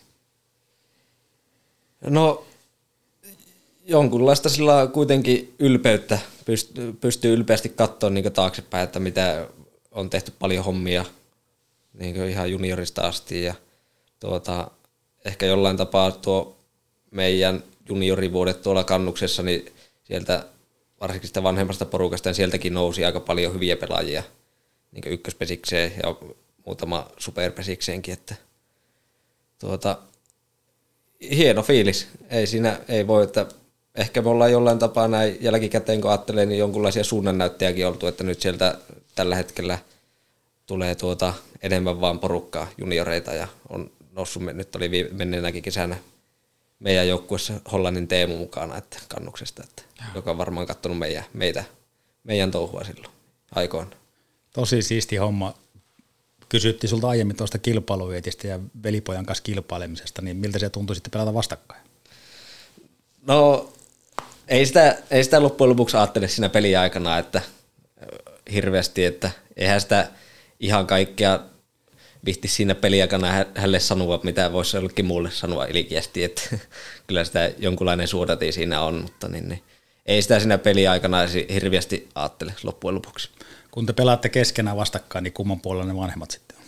No jonkunlaista sillä kuitenkin ylpeyttä, pystyy, pystyy ylpeästi katsoa niin taaksepäin, että mitä on tehty paljon hommia niin ihan juniorista asti ja tuota, ehkä jollain tapaa tuo meidän juniorivuodet tuolla kannuksessa, niin sieltä varsinkin sitä vanhemmasta porukasta, niin sieltäkin nousi aika paljon hyviä pelaajia niin ykköspesikseen ja muutama superpesikseenkin, että tuota, hieno fiilis. Ei siinä, ei voi, että ehkä me ollaan jollain tapaa näin jälkikäteen, kun ajattelee, niin jonkunlaisia suunnannäyttäjäkin oltu, että nyt sieltä tällä hetkellä tulee tuota enemmän vaan porukkaa, junioreita ja on noussut, nyt oli menneenäkin kesänä meidän joukkueessa Hollannin Teemu mukana, että kannuksesta, että joka on varmaan katsonut meidän, meitä, meidän touhua silloin aikoina.
Tosi siisti homma. Kysyttiin sulta aiemmin tuosta kilpailuvietistä ja velipojan kanssa kilpailemisesta, niin miltä se tuntui sitten pelata vastakkain?
No ei sitä, ei sitä loppujen lopuksi ajattele siinä peliaikana, että hirveästi, että eihän sitä ihan kaikkea vihti siinä peliaikana hänelle sanoa, mitä voisi jollekin muulle sanoa ilkeästi, että kyllä sitä jonkunlainen suodati siinä on, mutta niin, niin, ei sitä siinä peliaikana hirveästi ajattele loppujen lopuksi.
Kun te pelaatte keskenään vastakkain, niin kumman puolella ne vanhemmat sitten on?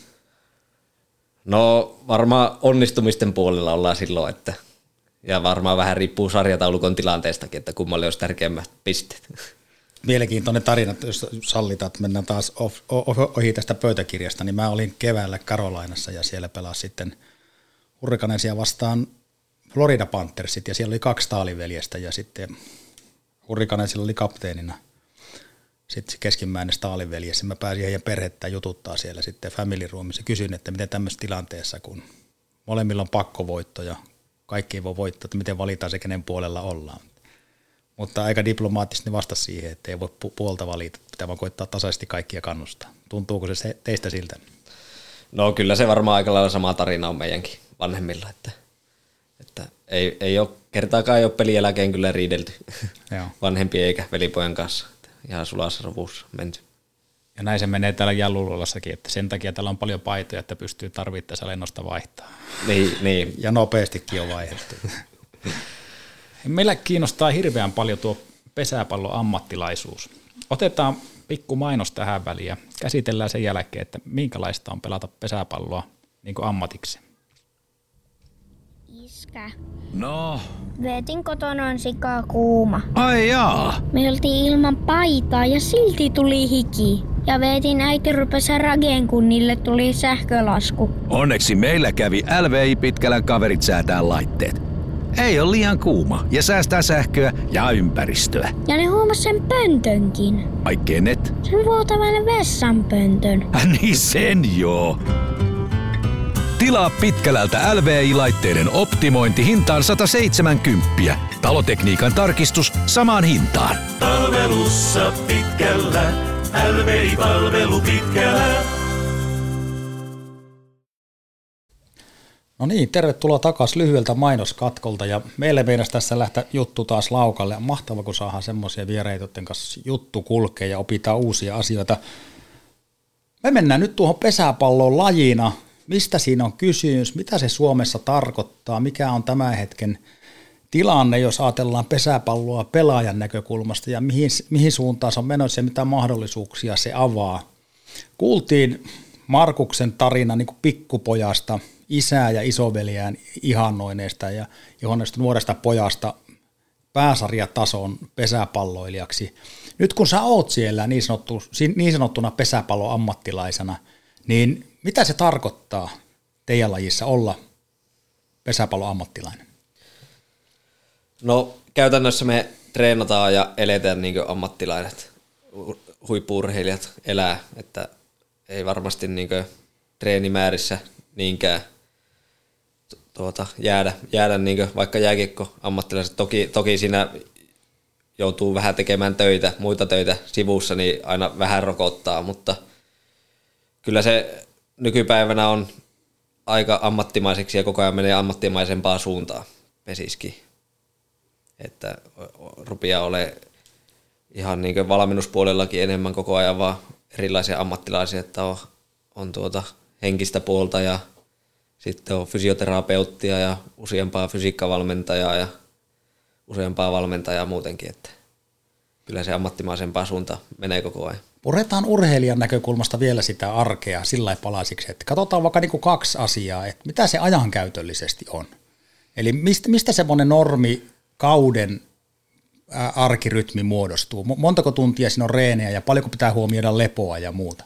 No varmaan onnistumisten puolella ollaan silloin, että ja varmaan vähän riippuu sarjataulukon tilanteestakin, että kummalle olisi tärkeimmät pisteet.
Mielenkiintoinen tarina, jos sallitaan, että mennään taas ohi tästä pöytäkirjasta, niin mä olin keväällä Karolainassa ja siellä pelasi sitten Hurrikanesia vastaan Florida Panthersit ja siellä oli kaksi taaliveljestä ja sitten Hurrikanesilla oli kapteenina sitten se keskimmäinen staaliveljes ja mä pääsin heidän perhettään jututtaa siellä sitten family roomissa. Kysyin, että miten tämmöisessä tilanteessa, kun molemmilla on pakkovoitto ja kaikki ei voi voittaa, että miten valitaan se, kenen puolella ollaan. Mutta aika diplomaattisesti vastasi siihen, että ei voi pu- puolta valita, pitää vaan koittaa tasaisesti kaikkia kannustaa. Tuntuuko se teistä siltä?
No kyllä se varmaan aika lailla sama tarina on meidänkin vanhemmilla, että Että ei, ei ole, kertaakaan ei ole pelin jälkeen kyllä riidelty
Joo.
vanhempien eikä velipojan kanssa. Että ihan sulassa sovussa menty.
Ja näin se menee täällä Jalluluolassakin, että sen takia täällä on paljon paitoja, että pystyy tarvittaessa lennosta vaihtaa.
Niin, niin.
Ja nopeastikin on vaihdettu.
Meillä kiinnostaa hirveän paljon tuo pesäpallon ammattilaisuus. Otetaan pikku mainos tähän väliin ja käsitellään sen jälkeen, että minkälaista on pelata pesäpalloa niin kuin ammatiksi.
Iskä.
No,
Veetin kotona on sikaa kuuma.
ai jaa.
Me oltiin ilman paitaa ja silti tuli hiki. Ja Veetin äiti rupesi rageen, kun niille tuli sähkölasku.
Onneksi meillä kävi L V I-Pitkälän kaverit säätää laitteet. Ei ole liian kuuma ja säästää sähköä ja ympäristöä.
Ja ne huomasi sen pöntönkin.
Ai kenet?
Sen vuotavan vessanpöntön.
Äh, niin sen joo. Tilaa Pitkälältä L V I-laitteiden optimointi hintaan sata seitsemänkymmentä. Talotekniikan tarkistus samaan hintaan.
Palvelussa Pitkällä. L V I-palvelu Pitkällä.
No niin, tervetuloa takaisin lyhyeltä mainoskatkolta ja meille meinasi tässä lähteä juttu taas laukalle. Mahtavaa, kun saadaan semmoisia vieraita, joiden kanssa juttu kulkee ja opitaan uusia asioita. Me mennään nyt tuohon pesäpalloon lajina. Mistä siinä on kysymys? Mitä se Suomessa tarkoittaa? Mikä on tämän hetken tilanne, jos ajatellaan pesäpalloa pelaajan näkökulmasta ja mihin, mihin suuntaan se on menossa ja mitä mahdollisuuksia se avaa? Kuultiin Markuksen tarina niin kuin pikkupojasta, isää ja isoveljään ihannoineesta ja johonneesta nuoresta pojasta pääsarjatason pesäpalloilijaksi. Nyt kun sä oot siellä niin, sanottu, niin sanottuna pesäpallon ammattilaisena, niin mitä se tarkoittaa teidän lajissa olla pesäpallon ammattilainen?
No käytännössä me treenataan ja eletään niin kuin ammattilaiset, huippu-urheilijat elää, että ei varmasti niin kuin treenimäärissä niinkään tuota, jäädä, jäädä niin kuin vaikka jääkiekko ammattilaiset. Toki, toki siinä joutuu vähän tekemään töitä, muita töitä sivussa, niin aina vähän rokottaa, mutta kyllä se nykypäivänä on aika ammattimaiseksi ja koko ajan menee ammattimaisempaan suuntaan pesiskin. Että rupeaa olemaan ihan niin kuin valmennuspuolellakin enemmän koko ajan vaan erilaisia ammattilaisia, että on, on tuota henkistä puolta ja sitten on fysioterapeuttia ja useampaa fysiikkavalmentajaa ja useampaa valmentajaa muutenkin, että kyllä se ammattimaisempaan suuntaan menee koko ajan.
Puretaan urheilijan näkökulmasta vielä sitä arkea sillä palasiksi, että katsotaan vaikka niin kuin kaksi asiaa, että mitä se ajankäytöllisesti on. Eli mistä, mistä semmoinen normi kauden arkirytmi muodostuu? Montako tuntia siinä on reenejä ja paljonko pitää huomioida lepoa ja muuta?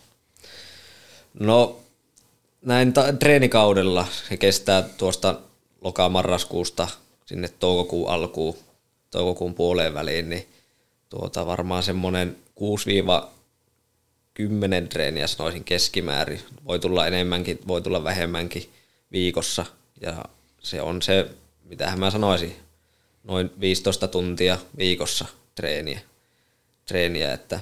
No näin ta- treenikaudella se kestää tuosta loka-marraskuusta sinne toukokuun alkuun, toukokuun puoleen väliin, niin tuota varmaan semmoinen kuusi kymmenen treeniä sanoisin keskimäärin. Voi tulla enemmänkin, voi tulla vähemmänkin viikossa ja se on se, mitähän mä sanoisin, noin viisitoista tuntia viikossa treeniä, treeniä että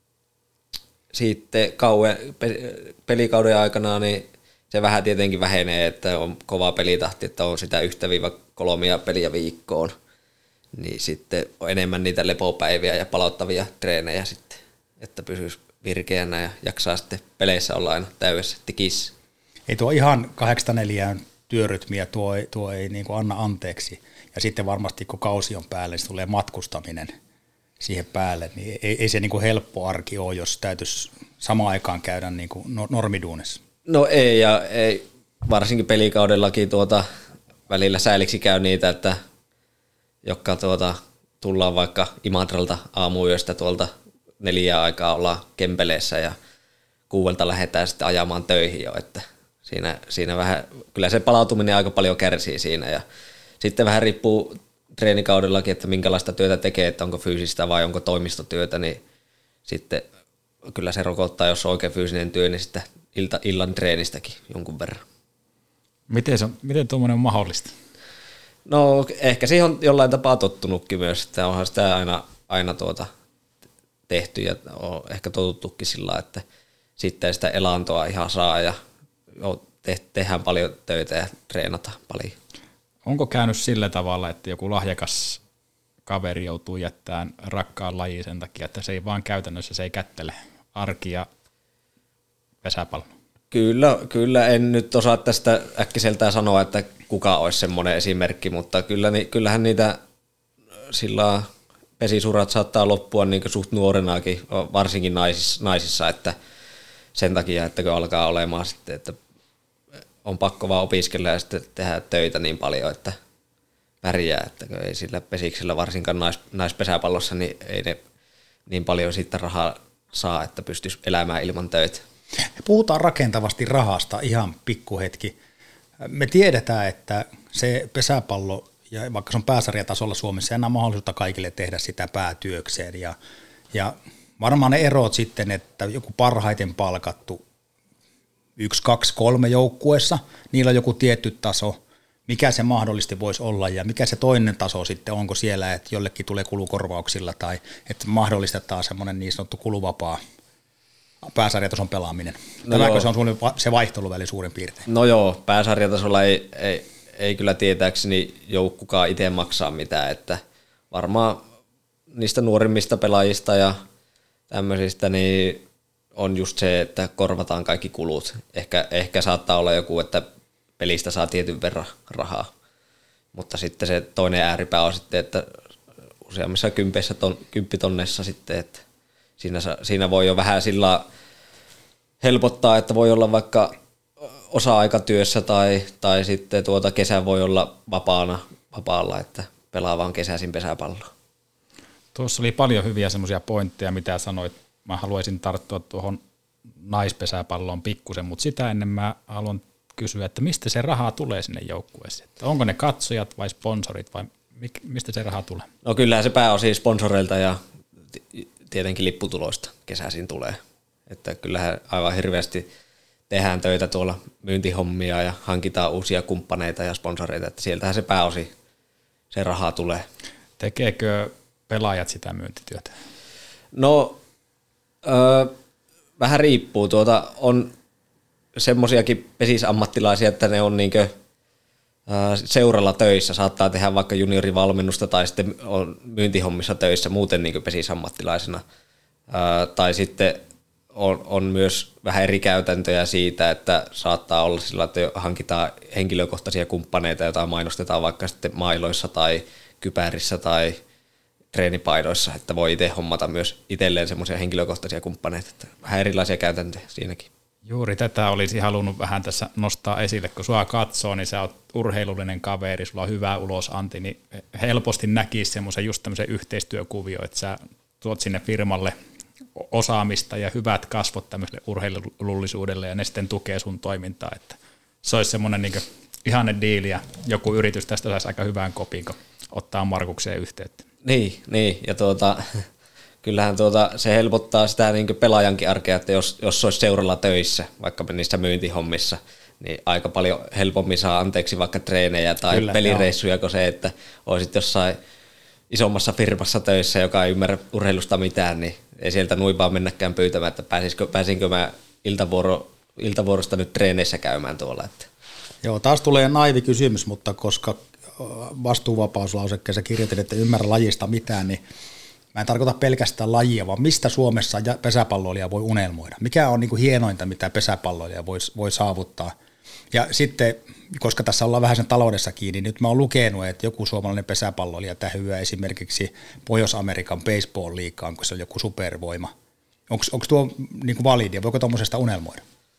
sitten kauan, pelikauden aikana niin se vähän tietenkin vähenee, että on kova pelitahti, että on sitä yhtä viiva kolmia peliä viikkoon, niin sitten on enemmän niitä lepopäiviä ja palauttavia treenejä sitten, että pysyisi virkeänä ja jaksaa sitten peleissä olla aina täydessä tikissä.
Ei tuo ihan kahdeksan neljä työrytmiä, tuo ei, tuo ei niin kuin anna anteeksi. Ja sitten varmasti kun kausi on päälle, niin tulee matkustaminen siihen päälle, niin ei, ei se niin kuin helppo arki ole, jos täytyisi samaan aikaan käydä niin kuin normiduunissa. No
ei, ja ei, varsinkin pelikaudellakin tuota, välillä sääliksi käy niitä, että jotka tuota, tullaan vaikka Imatralta aamuyöstä tuolta neljää aikaa ollaan Kempeleessä ja kuuelta lähdetään sitten ajamaan töihin jo, että siinä, siinä vähän, kyllä se palautuminen aika paljon kärsii siinä ja sitten vähän riippuu treenikaudellakin, että minkälaista työtä tekee, että onko fyysistä vai onko toimistotyötä, niin sitten kyllä se rokottaa, jos on oikein fyysinen työ, niin sitten ilta, illan treenistäkin jonkun verran.
Miten, se on, miten tuommoinen on mahdollista?
No ehkä siihen on jollain tapaa tottunutkin myös, että onhan sitä aina, aina tuota tehty ja on ehkä totuttukin sillä, että sitten sitä elantoa ihan saa ja te, tehdään paljon töitä ja treenataan paljon.
Onko käynyt sillä tavalla, että joku lahjakas kaveri joutuu jättämään rakkaan lajiin sen takia, että se ei vaan käytännössä, se ei kättele arki ja pesäpallo?
Kyllä, kyllä en nyt osaa tästä äkkiseltään sanoa, että kuka olisi semmoinen esimerkki, mutta kyllä, kyllähän niitä sillä pesisurat saattaa loppua niin suht nuorenakin, varsinkin naisissa, naisissa, että sen takia, että kun alkaa olemaan sitten, että on pakko vaan opiskella ja sitten tehdä töitä niin paljon, että pärjää, että ei sillä pesiksellä varsinkaan nais, naispesäpallossa, niin ei ne niin paljon siitä rahaa saa, että pystyisi elämään ilman töitä.
Puhutaan rakentavasti rahasta ihan pikkuhetki. Me tiedetään, että se pesäpallo, ja vaikka se on pääsarjatasolla Suomessa, ei enää mahdollisuutta kaikille tehdä sitä päätyökseen. Ja, ja varmaan ne erot sitten, että joku parhaiten palkattu yksi, kaksi, kolme joukkueessa, niillä on joku tietty taso, mikä se mahdollisesti voisi olla ja mikä se toinen taso sitten, onko siellä, että jollekin tulee kulukorvauksilla tai että mahdollistetaan semmoinen niin sanottu kuluvapaa pääsarjatason pelaaminen. No Tämäkö se on sulle se vaihteluväli suurin piirtein?
No joo, pääsarjatasolla ei, ei, ei kyllä tietääkseni joukku kukaan itse maksaa mitään, että varmaan niistä nuorimmista pelaajista ja tämmöisistä niin on just se, että korvataan kaikki kulut. Ehkä, ehkä saattaa olla joku, että pelistä saa tietyn verran rahaa, mutta sitten se toinen ääripää on sitten, että useammissa kympeissä ton, kymppitonneissa sitten, että siinä, siinä voi jo vähän sillä helpottaa, että voi olla vaikka osa-aikatyössä tai, tai sitten tuota kesä voi olla vapaana, vapaalla, että pelaa vaan kesäisin pesäpalloa.
Tuossa oli paljon hyviä semmoisia pointteja, mitä sanoit. Mä haluaisin tarttua tuohon naispesäpalloon pikkusen, mutta sitä ennen mä haluan kysyä, että mistä se rahaa tulee sinne joukkueeseen? Että onko ne katsojat vai sponsorit vai mistä se raha tulee?
No kyllähän se pääosin sponsoreilta ja tietenkin lipputuloista kesäisin tulee. Että kyllähän aivan hirveästi tehdään töitä tuolla myyntihommia ja hankitaan uusia kumppaneita ja sponsoreita, että sieltähän se pääosin se raha tulee.
Tekeekö pelaajat sitä myyntityötä?
No öö, vähän riippuu. Tuota, on semmoisiakin pesisammattilaisia, että ne on niinkö seuralla töissä, saattaa tehdä vaikka juniorivalmennusta tai sitten on myyntihommissa töissä muuten niin pesisammattilaisena. Ää, tai sitten on, on myös vähän eri käytäntöjä siitä, että saattaa olla sillä, että hankitaan henkilökohtaisia kumppaneita, joita mainostetaan vaikka sitten mailoissa tai kypärissä tai treenipaidoissa, että voi itse hommata myös itselleen semmoisia henkilökohtaisia kumppaneita. Että vähän erilaisia käytäntöjä siinäkin.
Juuri tätä olisi halunnut vähän tässä nostaa esille, kun sua katsoo, niin sä oot urheilullinen kaveri, sulla on hyvä ulosanti, niin helposti näkisi semmoisen just tämmöisen yhteistyökuvio, että sä tuot sinne firmalle osaamista ja hyvät kasvot tämmöiselle urheilullisuudelle ja ne sitten tukee sun toimintaa, että se olisi semmoinen niin ihanne diili ja joku yritys tästä saisi aika hyvän kopin, kun ottaa Markukseen yhteyttä.
Niin, niin. ja tuota... Kyllähän tuota, se helpottaa sitä niin pelaajankin arkea, että jos, jos olisi seuralla töissä, vaikka niissä myyntihommissa, niin aika paljon helpommin saa anteeksi vaikka treenejä tai Kyllä, pelireissuja kuin se, että olisit jossain isommassa firmassa töissä, joka ei ymmärrä urheilusta mitään, niin ei sieltä nuin vaan mennäkään pyytämään, että pääsisikö, pääsinkö mä iltavuoro, iltavuorosta nyt treeneissä käymään tuolla. Että.
Joo, taas tulee naivi kysymys, mutta koska vastuuvapauslausekkeessa kirjoitin, että ymmärrä lajista mitään, niin mä en tarkoita pelkästään lajia, vaan mistä Suomessa pesäpalloilija voi unelmoida. Mikä on niin kuin hienointa, mitä pesäpalloilija voi, voi saavuttaa. Ja sitten, koska tässä ollaan vähän sen taloudessa kiinni, nyt mä oon lukenut, että joku suomalainen pesäpalloilija tähyää esimerkiksi Pohjois-Amerikan baseball-liigaan, kun se on joku supervoima. Onko tuo niin kuin validi ja voiko tuommoisesta unelmoida?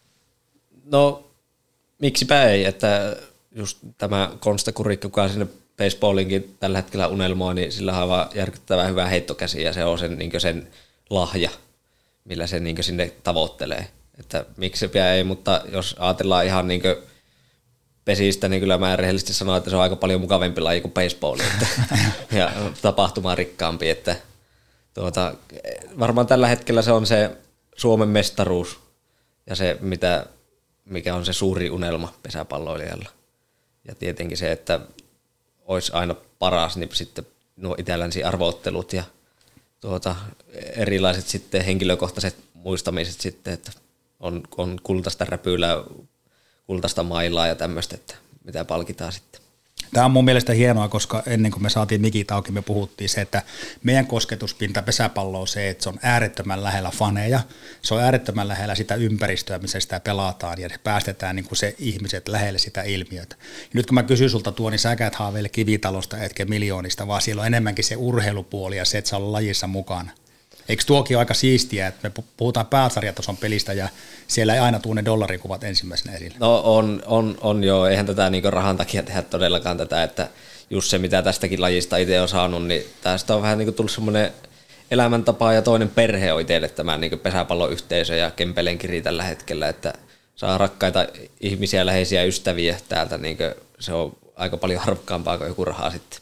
No, miksipä ei, että just tämä Konsta Kurikka, kuka sinne baseballinkin tällä hetkellä unelmoi, niin sillä on aivan järkyttävän hyvä heittokäsi ja se on sen, niin sen lahja, millä se niin sinne tavoittelee. Että miksipä ei, mutta jos ajatellaan ihan niin pesistä, niin kyllä mä rehellisesti sanon, että se on aika paljon mukavampi laji kuin baseball että, ja tapahtumarikkaampi. Että, tuota, varmaan tällä hetkellä se on se Suomen mestaruus ja se, mitä, mikä on se suuri unelma pesäpalloilijalla. Ja tietenkin se, että olisi aina paras, niin sitten nuo itälänsi arvoottelut ja tuota, erilaiset sitten henkilökohtaiset muistamiset sitten, että on, on kultaista räpylää, kultaista mailaa ja tämmöistä, että mitä palkitaan sitten.
Tämä on mun mielestä hienoa, koska ennen kuin me saatiin mikit auki, me puhuttiin se, että meidän kosketuspinta pesäpallo on se, että se on äärettömän lähellä faneja, se on äärettömän lähellä sitä ympäristöä, missä sitä pelataan ja päästetään niin kuin se ihmiset lähelle sitä ilmiötä. Ja nyt kun mä kysyn sulta tuo, niin säkät haaveille Kivitalosta etkä miljoonista, vaan siellä on enemmänkin se urheilupuoli ja se, että sä olet lajissa mukana. Eikö tuokin ole aika siistiä, että me puhutaan pääsarjatason pelistä ja siellä ei aina tule ne dollarikuvat ensimmäisenä esille?
No on, on, on joo, eihän tätä niin rahan takia tehdä todellakaan tätä, että just se mitä tästäkin lajista itse on saanut, niin tästä on vähän niin tullut semmoinen elämäntapa ja toinen perhe on itselle tämä niin pesäpalloyhteisö ja Kempeleen-kiri tällä hetkellä, että saa rakkaita ihmisiä, läheisiä ystäviä täältä, niin se on aika paljon arvokkaampaa kuin joku rahaa sitten.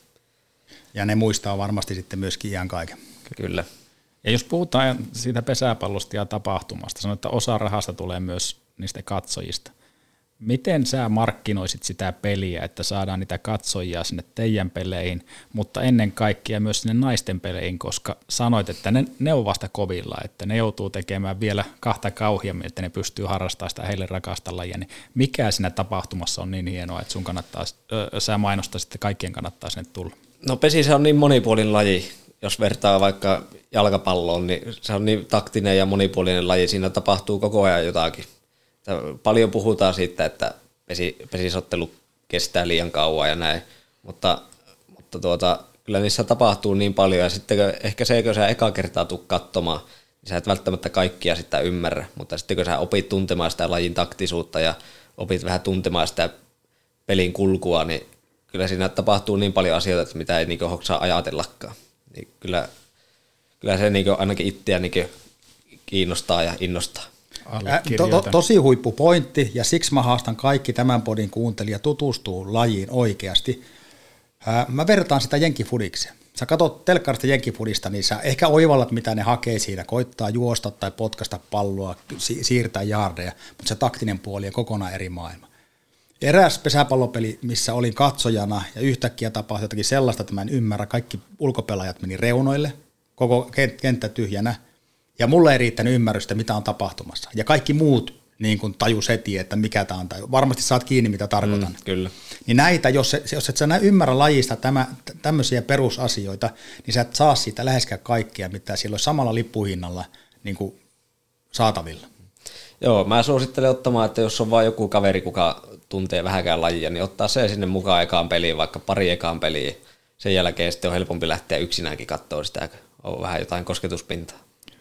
Ja ne muistaa varmasti sitten myöskin ihan kaiken.
Kyllä.
Ja jos puhutaan siitä pesäpallosta ja tapahtumasta, sanoit, että osa rahasta tulee myös niistä katsojista. Miten sä markkinoisit sitä peliä, että saadaan niitä katsojia sinne teidän peleihin, mutta ennen kaikkea myös sinne naisten peleihin, koska sanoit, että ne, ne on vasta kovilla, että ne joutuu tekemään vielä kahta kauhiammin, että ne pystyy harrastamaan sitä heille rakasta lajia. Niin mikä siinä tapahtumassa on niin hienoa, että sun kannattaa, sä mainostaisit, että kaikkien kannattaa sinne tulla? No
pesi se on niin monipuolinen laji. Jos vertaa vaikka jalkapalloon, niin se on niin taktinen ja monipuolinen laji. Siinä tapahtuu koko ajan jotakin. Paljon puhutaan siitä, että pesi, pesisottelu kestää liian kauan ja näin, mutta, mutta tuota, kyllä niissä tapahtuu niin paljon. Ja sitten ehkä se, kun sä eka kertaa tuu katsomaan, niin sä et välttämättä kaikkia sitä ymmärrä. Mutta sitten kun sä opit tuntemaan sitä lajin taktisuutta ja opit vähän tuntemaan sitä pelin kulkua, niin kyllä siinä tapahtuu niin paljon asioita, että mitä ei niinku hoksaa ajatellakaan. Niin kyllä, kyllä se niin ainakin itseä niin kiinnostaa ja innostaa.
To, to, tosi huippupointti, ja siksi mä haastan kaikki tämän podin kuuntelijat tutustuu lajiin oikeasti. Ää, mä vertaan sitä jenkkifudikseen. Sä katsot telkkarista jenkkifudista, niin sä ehkä oivallat, mitä ne hakee siinä. Koittaa juosta tai potkasta palloa, si- siirtää jaardeja, mutta se taktinen puoli on kokonaan eri maailma. Eräs pesäpallopeli, missä olin katsojana ja yhtäkkiä tapahtui jotakin sellaista, että mä en ymmärrä, kaikki ulkopelaajat meni reunoille, koko kenttä tyhjänä, ja mulle ei riittänyt ymmärrystä, mitä on tapahtumassa. Ja kaikki muut niin kun tajus heti, että mikä tämä on, tai varmasti saat kiinni, mitä tarkoitan. Mm,
kyllä.
Niin näitä, jos, jos et sä näin ymmärrä lajista tämä, tämmöisiä perusasioita, niin sä et saa siitä läheskään kaikkea, mitä siellä on samalla lippuhinnalla niin kuin saatavilla.
Joo, mä suosittelen ottamaan, että jos on vain joku kaveri, kuka tuntee vähäkään lajia, niin ottaa se sinne mukaan ekaan peliin, vaikka pari ekaan peliin. Sen jälkeen sitten on helpompi lähteä yksinäänkin katsoa sitä, kun on vähän jotain kosketuspintaa.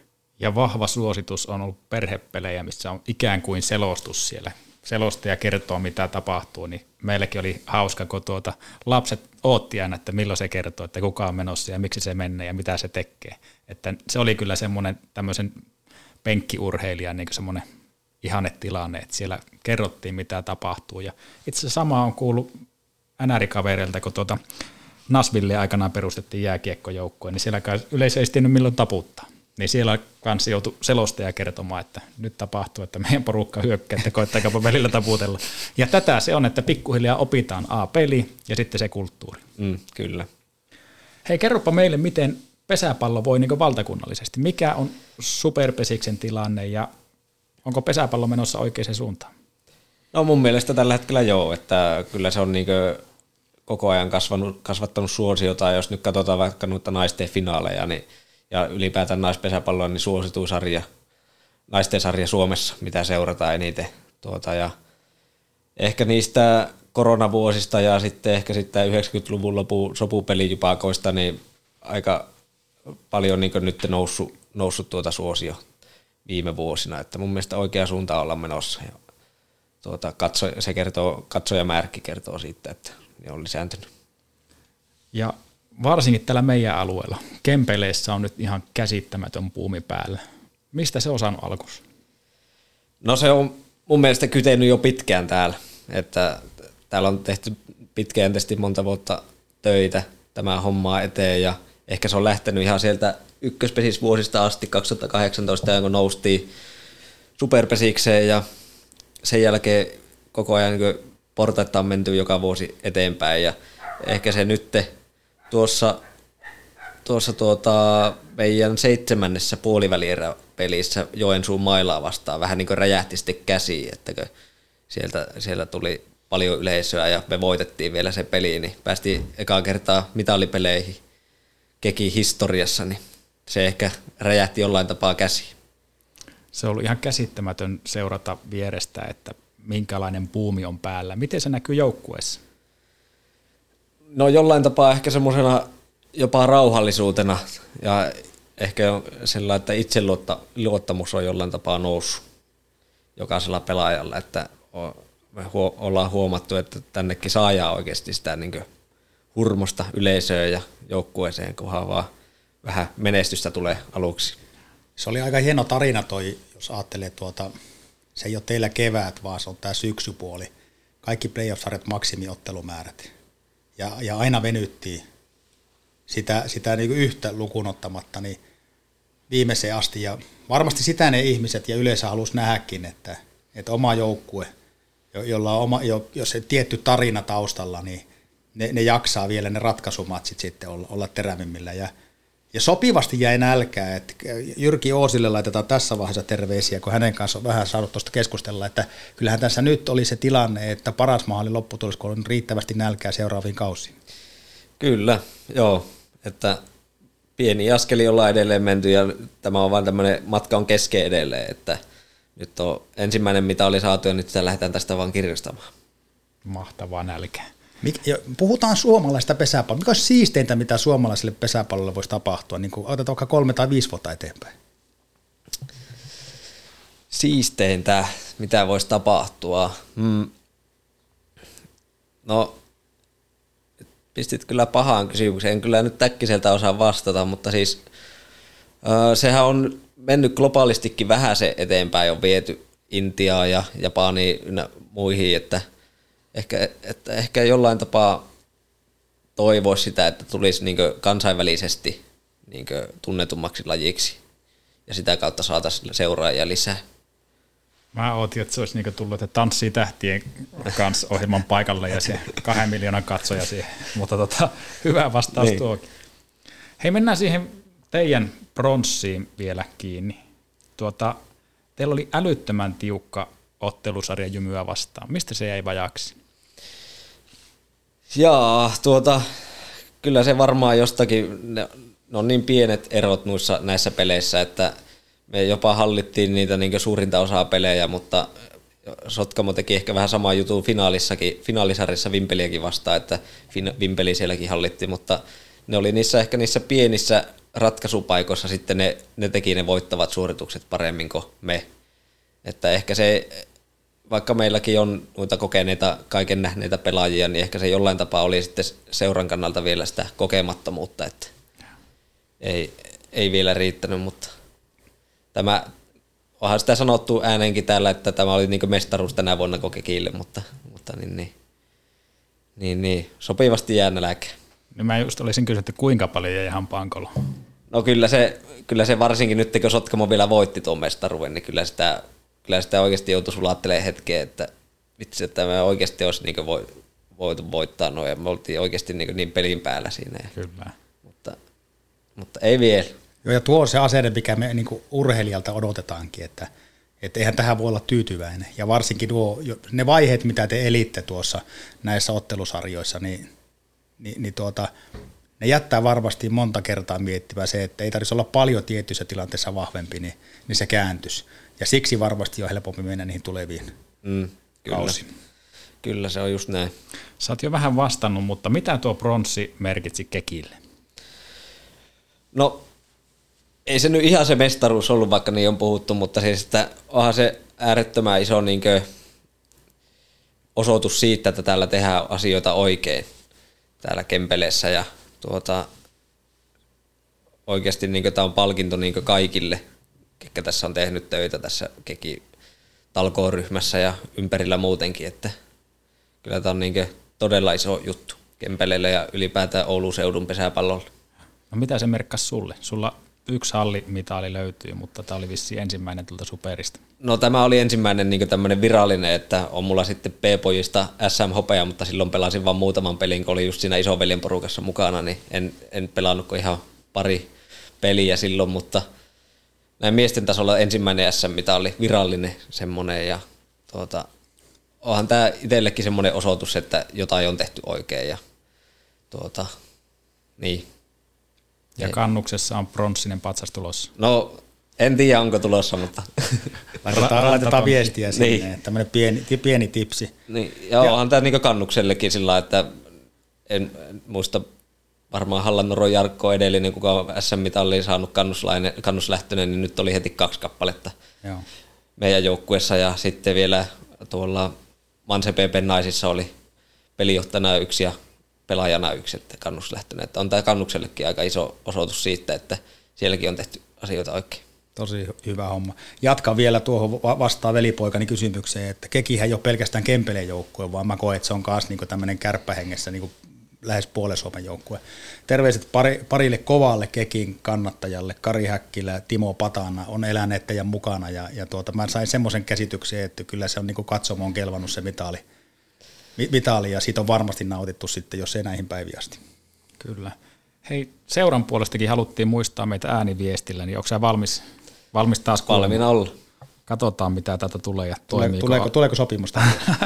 Ja vahva suositus on ollut perhepelejä, missä on ikään kuin selostus siellä. Selostaja kertoo, mitä tapahtuu, niin meilläkin oli hauska, kun tuota, lapset ootti aina, että milloin se kertoo, että kuka on menossa ja miksi se menee ja mitä se tekee. Että se oli kyllä semmoinen tämmöisen penkkiurheilijan niin semmoinen ihannetilanne, että siellä kerrottiin, mitä tapahtuu. Ja itse asiassa sama on kuullut N R-kavereilta, kun tuota Nashville aikanaan perustettiin jääkiekkojoukkoja, niin siellä yleisö ei tiennyt milloin taputtaa. Niin siellä kanssa joutui selostaja kertomaan, että nyt tapahtuu, että meidän porukka hyökkää, että koettaakaapa välillä taputella. Ja tätä se on, että pikkuhiljaa opitaan A-peli ja sitten se kulttuuri.
Mm, kyllä.
Hei, kerropa meille, miten pesäpallo voi niin valtakunnallisesti. Mikä on Superpesiksen tilanne ja onko pesäpallo menossa oikeaan suuntaan?
No mun mielestä tällä hetkellä joo, että kyllä se on niin koko ajan kasvanut, kasvattanut suosiota. Jos nyt katsotaan vaikka noita naisten finaaleja, niin ja ylipäätään naispesäpalloa, niin suosituin sarja, naisten sarja Suomessa, mitä seurataan eniten. Tuota, ja ehkä niistä koronavuosista ja sitten ehkä sitten yhdeksänkymmentäluvun lopun sopupelijupakoista, niin aika paljon niin nyt noussut, noussut tuota suosio viime vuosina. Että mun mielestä oikea suunta olla menossa. Ja tuota, katso, se kertoo, katsojamääräkin kertoo siitä, että ne on lisääntynyt.
Ja varsinkin täällä meidän alueella. Kempeleissä on nyt ihan käsittämätön puumi päällä. Mistä se on saanut alkus?
No se on mun mielestä kytenyt jo pitkään täällä. Että täällä on tehty pitkäjänteisesti monta vuotta töitä tämän hommaa eteen ja ehkä se on lähtenyt ihan sieltä ykköspesisvuosista asti kaksituhattakahdeksantoista, kun noustiin superpesikseen ja sen jälkeen koko ajan niin portaita on menty joka vuosi eteenpäin ja ehkä se nyt tuossa, tuossa tuota, meidän seitsemännessä puolivälieräpelissä Joensuun Mailaa vastaan vähän niin kuin räjähti sitten käsiin, että sieltä, siellä tuli paljon yleisöä ja me voitettiin vielä se peli, niin päästiin ekaa kertaa mitalipeleihin Kekin historiassa, niin se ehkä räjähti jollain tapaa käsiin.
Se on ollut ihan käsittämätön seurata vierestä, että minkälainen buumi on päällä. Miten se näkyy joukkueessa?
No jollain tapaa ehkä semmoisena jopa rauhallisuutena ja ehkä sellainen, että itseluottamus on jollain tapaa noussut jokaisella pelaajalla, että me ollaan huomattu, että tännekin saadaan oikeasti sitä niin kuin hurmosta yleisöön ja joukkueeseen, kunhan vaan vähän menestystä tulee aluksi.
Se oli aika hieno tarina toi, jos ajattelee tuota, se ei ole teillä kevät, vaan se on tämä syksypuoli. Kaikki playoff-sarjat maksimiottelumäärät. Ja, ja aina venyttiin sitä, sitä niin kuin yhtä lukuun ottamatta niin viimeiseen asti. Ja varmasti sitä ne ihmiset ja yleensä halusi nähdäkin, että, että oma joukkue, jolla on oma, jos se tietty tarina taustalla, niin ne, ne jaksaa vielä ne ratkaisumatsit sitten olla, olla terävimmillä. Ja, ja sopivasti jäi nälkää, että Jyrki Oosille laitetaan tässä vaiheessa terveisiä, kun hänen kanssa on vähän saanut tuosta keskustella, että kyllähän tässä nyt oli se tilanne, että paras mahdollinen lopputulos, kun on riittävästi nälkää seuraaviin kausiin.
Kyllä, joo, että pieni askeli ollaan edelleen menty ja tämä on vain tämmöinen matka on kesken edelleen, että nyt on ensimmäinen mitä oli saatu ja nyt sitä lähdetään tästä vaan kirjastamaan.
Mahtavaa nälkää.
Puhutaan suomalaista pesäpalloa. Mikä olisi siisteintä, mitä suomalaiselle pesäpallolle voisi tapahtua? Niin kuin otetaan vaikka kolme tai viisi vuotta eteenpäin.
Siisteintä, mitä voisi tapahtua? Hmm. No, pistit kyllä pahaan kysymykseen. En kyllä nyt täkkiseltä osaa vastata, mutta siis äh, sehän on mennyt globaalistikin vähän se eteenpäin. On viety Intiaan ja Japaniin ja muihin, että Ehkä, että ehkä jollain tapaa toivoisi sitä, että tulisi niin kansainvälisesti niin tunnetummaksi lajiksi ja sitä kautta saataisiin seuraajia lisää.
Mä ootin, että se olisi niin tullut, että Tanssii tähtien kanssa ohjelman paikalle ja se kahden miljoonan katsoja siihen, mutta tota, hyvä vastaus niin. Tuokin. Hei, mennään siihen teidän pronssiin vielä kiinni. Tuota, teillä oli älyttömän tiukka ottelusarja Jymyä vastaan. Mistä se jäi vajaaksi?
Jaa, tuota, kyllä se varmaan jostakin, ne, ne on niin pienet erot noissa, näissä peleissä, että me jopa hallittiin niitä niin suurinta osaa pelejä, mutta Sotkamo teki ehkä vähän samaa jutun finaalissakin, finaalisarjassa Vimpeliäkin vastaan, että Vimpeli sielläkin hallitti, mutta ne oli niissä ehkä niissä pienissä ratkaisupaikoissa sitten ne, ne teki ne voittavat suoritukset paremmin kuin me. Että ehkä se, vaikka meilläkin on noita kokeneita, kaiken nähneitä pelaajia, niin ehkä se jollain tapaa oli sitten seuran kannalta vielä sitä kokemattomuutta, että ei, ei vielä riittänyt, mutta tämä, onhan sitä sanottu ääneenkin täällä, että tämä oli niin kuin mestaruus tänä vuonna Kokekille, mutta, mutta niin, niin, niin, niin, sopivasti jää nälkä.
No mä just olisin kysynyt, että kuinka paljon jäi hampaankolo?
No kyllä se, kyllä se varsinkin nyt, kun Sotkamo vielä voitti tuon mestaruuden, niin kyllä sitä, kyllä sitä oikeasti joutui sulattelemaan hetkeä, että vitsi, että me oikeasti olisi niin voi, voitu voittaa noin, ja me oltiin oikeasti niin, niin pelin päällä siinä.
Kyllä.
Mutta, mutta ei vielä.
Joo, ja tuo on se asenne, mikä me niin urheilijalta odotetaankin, että, että eihän tähän voi olla tyytyväinen. Ja varsinkin tuo, ne vaiheet, mitä te elitte tuossa näissä ottelusarjoissa, niin, niin, niin tuota, ne jättää varmasti monta kertaa miettivää se, että ei tarvitsisi olla paljon tietyissä tilanteissa vahvempi, niin, niin se kääntys. Ja siksi varmasti on helpompi mennä niihin tuleviin
mm, kyllä.
kausiin.
Kyllä, se on just näin.
Sä oot jo vähän vastannut, mutta mitä tuo pronssi merkitsi Kekille?
No, ei se nyt ihan se mestaruus ollut, vaikka niin on puhuttu, mutta siis että onhan se äärettömän iso niin kuin osoitus siitä, että täällä tehdään asioita oikein täällä Kempeleessä ja tuota, oikeasti niin tämä on palkinto niin kaikille, ketkä tässä on tehnyt töitä tässä Keki talkooryhmässä ja ympärillä muutenkin, että kyllä tämä on niin todella iso juttu Kempeleelle ja ylipäätään Oulun seudun pesäpallolle.
No mitä se merkkasi sulle? Sulla yksi hallimitali löytyy, mutta tämä oli vissiin ensimmäinen tuolta superista.
No tämä oli ensimmäinen niin tämmöinen virallinen, että on mulla sitten P-pojista S M-hopea, mutta silloin pelasin vain muutaman pelin, kun oli just siinä isoveljen porukassa mukana, niin en, en pelannut kuin ihan pari peliä silloin, mutta näin miesten tasolla ensimmäinen S M-mitali, virallinen semmoinen, ja tuota, onhan tämä itsellekin semmoinen osoitus, että jotain on tehty oikein. Ja, tuota, niin.
ja kannuksessa on pronssinen patsas tulossa.
No en tiedä onko tulossa, mutta
laitetaan, laitetaan viestiä sinne,
niin.
että tämmöinen pieni, pieni tipsi.
Niin, ja, ja onhan tämä niinku kannuksellekin sillä, että en muista varmaan Hallannoron Jarkko edellinen, kuka on S M-mitalliin saanut kannuslähtöinen, niin nyt oli heti kaksi kappaletta Joo. meidän joukkueessa. Ja sitten vielä tuolla Manse P P:n naisissa oli pelijohtajana yksi ja pelaajana yksi, että kannuslähtöinen. Että on tämä kannuksellekin aika iso osoitus siitä, että sielläkin on tehty asioita oikein.
Tosi hyvä homma. Jatka vielä tuohon vastaan velipoikani kysymykseen, että Kekihän ei ole pelkästään Kempeleen joukkue, vaan mä koen, että se on myös niinku tämmöinen kärppähengessä niinku lähes puolen Suomen joukkue. Terveiset pari, parille kovalle Kekin kannattajalle, Kari Häkkilä ja Timo Patana on eläneet teidän mukana, ja, ja tuota, mä sain semmoisen käsityksen, että kyllä se on niinku katsomoon kelvannut se mitali, mitali, ja siitä on varmasti nautittu sitten, jos ei näihin päiviin asti.
Kyllä. Hei, seuran puolestakin haluttiin muistaa meitä ääniviestillä, niin onko sä valmis, valmis taas kuulemaan?
Valmiina olla.
Katsotaan, mitä tätä tulee ja
Tule,
toimiiko.
Tuleeko, tuleeko sopimusta?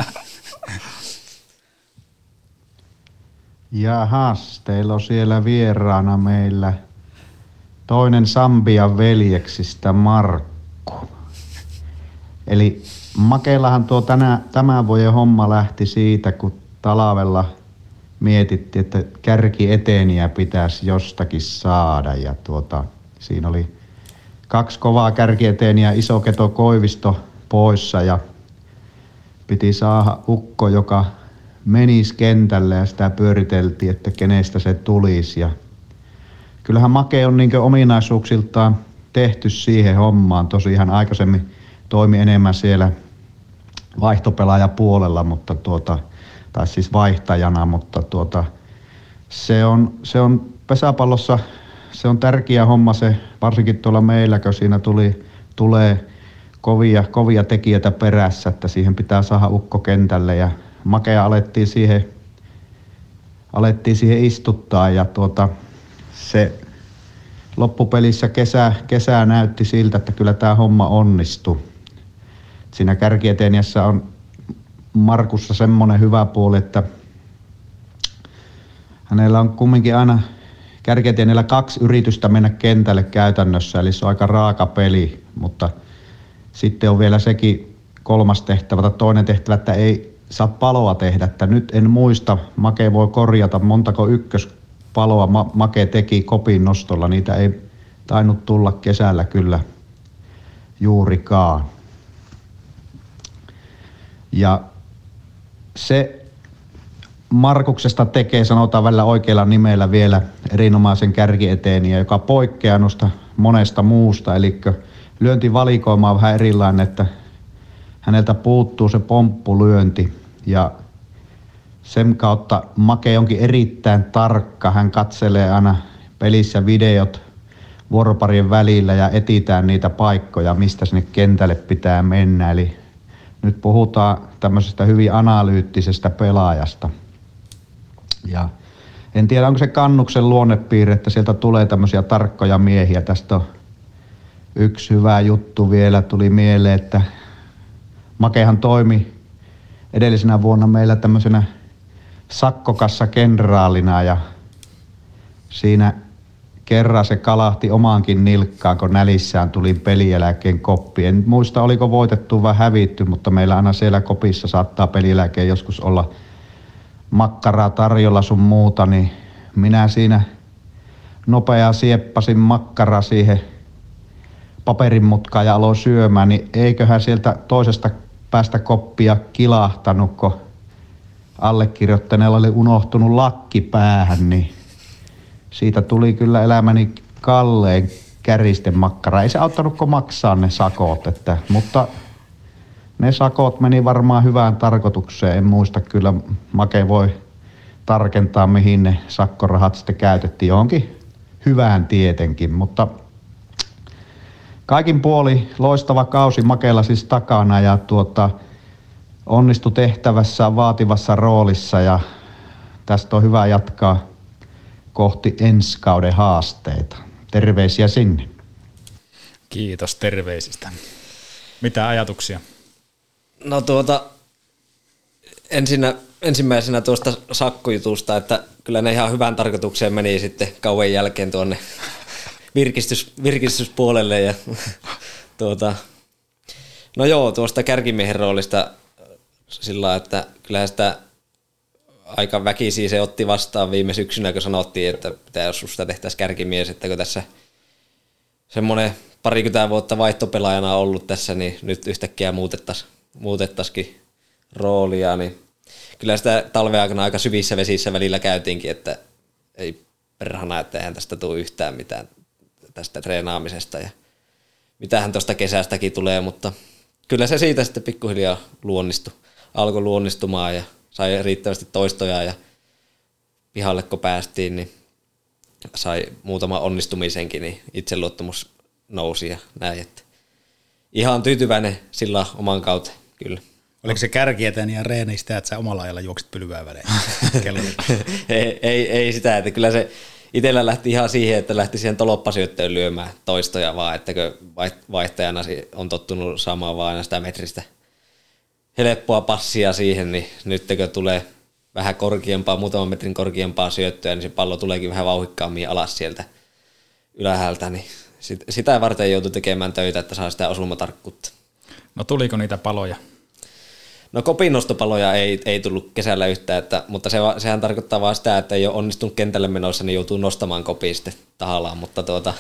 Jahas, teillä on siellä vieraana meillä toinen Sambian veljeksistä Markku. Eli Makeallahan tuo tänä, tämän vuoden homma lähti siitä, kun talvella mietittiin, että kärki eteniä pitäisi jostakin saada. Ja tuota, siinä oli kaksi kovaa kärki eteniä, Iso-Keto Koivisto poissa ja piti saada ukko, joka menisi kentälle ja sitä pyöriteltiin, että kenestä se tulisi. Ja kyllähän Make on niin ominaisuuksiltaan tehty siihen hommaan. Tosiaan aikaisemmin toimi enemmän siellä vaihtopelaajapuolella, mutta tuota, tai siis vaihtajana, mutta tuota, se, on, se on pesäpallossa se on tärkeä homma se, varsinkin tuolla meillä, kun siinä tuli, tulee kovia, kovia tekijöitä perässä, että siihen pitää saada ukko kentälle ja Makea alettiin siihen, alettiin siihen istuttaa ja tuota, se loppupelissä kesä, kesää näytti siltä, että kyllä tämä homma onnistui. Siinä kärkieteniässä on Markussa semmoinen hyvä puoli, että hänellä on kumminkin aina kärkieteniällä kaksi yritystä mennä kentälle käytännössä, eli se on aika raaka peli, mutta sitten on vielä sekin kolmas tehtävä tai toinen tehtävä, että ei saa paloa tehdä, että nyt en muista, Make voi korjata montako ykköspaloa Make teki kopin nostolla, niitä ei tainnut tulla kesällä kyllä juurikaan. Ja se Markuksesta tekee, sanotaan välillä oikealla nimellä vielä, erinomaisen kärkieteeniä, joka poikkeaa noista monesta muusta, eli lyöntivalikoima on vähän erilainen, että häneltä puuttuu se pomppulyönti ja sen kautta Make onkin erittäin tarkka, hän katselee aina pelissä videot vuoroparien välillä ja etsitään niitä paikkoja, mistä sinne kentälle pitää mennä, eli nyt puhutaan tämmöisestä hyvin analyyttisestä pelaajasta. Ja en tiedä, onko se kannuksen luonnepiirre, että sieltä tulee tämmöisiä tarkkoja miehiä. Tästä on yksi hyvä juttu vielä, tuli mieleen, että Makehan toimi edellisenä vuonna meillä tämmöisenä sakkokassa-kenraalina ja siinä kerran se kalahti omaankin nilkkaan, kun nälissään tuli pelin jälkeen koppi. En muista, oliko voitettu vai hävitty, mutta meillä aina siellä kopissa saattaa pelin jälkeen joskus olla makkaraa tarjolla sun muuta, niin minä siinä nopeaa sieppasin makkaraa siihen paperin mutkaan ja aloin syömään, niin eiköhän sieltä toisesta päästä koppia kilahtanut, kun allekirjoittaneella oli unohtunut lakki päähän, niin siitä tuli kyllä elämäni kallein käristemakkara. Ei se auttanutko maksaa ne sakot, että, mutta ne sakot meni varmaan hyvään tarkoitukseen. En muista kyllä, Make voi tarkentaa mihin ne sakkorahat sitten käytettiin. Johonkin hyvään tietenkin, mutta kaikin puoli loistava kausi Makeella siis takana ja tuota, onnistui tehtävässä vaativassa roolissa ja tästä on hyvä jatkaa kohti ensi kauden haasteita. Terveisiä sinne.
Kiitos terveisistä. Mitä ajatuksia?
No tuota, ensinnä, ensimmäisenä tuosta sakkojutusta, että kyllä ne ihan hyvään tarkoitukseen meni sitten kauan jälkeen tuonne virkistys, virkistyspuolelle. Ja, tuota, no joo, tuosta kärkimiehen roolista sillä että kyllähän sitä aika väkisiä se otti vastaan viime syksynä, kun sanottiin, että pitää jos susta tehtäisiin kärkimies, että kun tässä semmoinen parikymmentä vuotta vaihtopelaajana ollut tässä, niin nyt yhtäkkiä muutettaisiin muutettaisikin roolia, niin kyllä sitä talven aikana aika syvissä vesissä välillä käytiinkin, että ei perhana, että eihän tästä tule yhtään mitään tästä treenaamisesta ja mitähän tuosta kesästäkin tulee, mutta kyllä se siitä sitten pikkuhiljaa luonnistui, alkoi luonnistumaan ja sai riittävästi toistoja ja pihalle kun päästiin, niin sai muutama onnistumisenkin, niin itseluottamus nousi ja näin, että ihan tyytyväinen sillä oman kautta, kyllä.
Oliko se kärkieteen ja reeni sitä, että sä omalla ajalla juoksit pylvää välein?
ei, ei, ei sitä, että kyllä se itsellä lähti ihan siihen, että lähti siihen toloppasyöttöön lyömään toistoja vaan, että vaihtajana on tottunut saamaan vaan aina sitä metristä helppoa passia siihen, niin nyt kun tulee vähän korkeampaa, muutaman metrin korkeampaa syöttöä, niin se pallo tuleekin vähän vauhikkaammin alas sieltä ylhäältä, niin sitä varten joutui tekemään töitä, että saa sitä osumatarkkuutta.
No tuliko niitä paloja?
No kopinnostopaloja ei, ei tullut kesällä yhtään, että, mutta se, sehän tarkoittaa vaan sitä, että ei ole onnistunut kentälle menossa, niin joutuu nostamaan kopia sitten tahallaan, mutta tuota,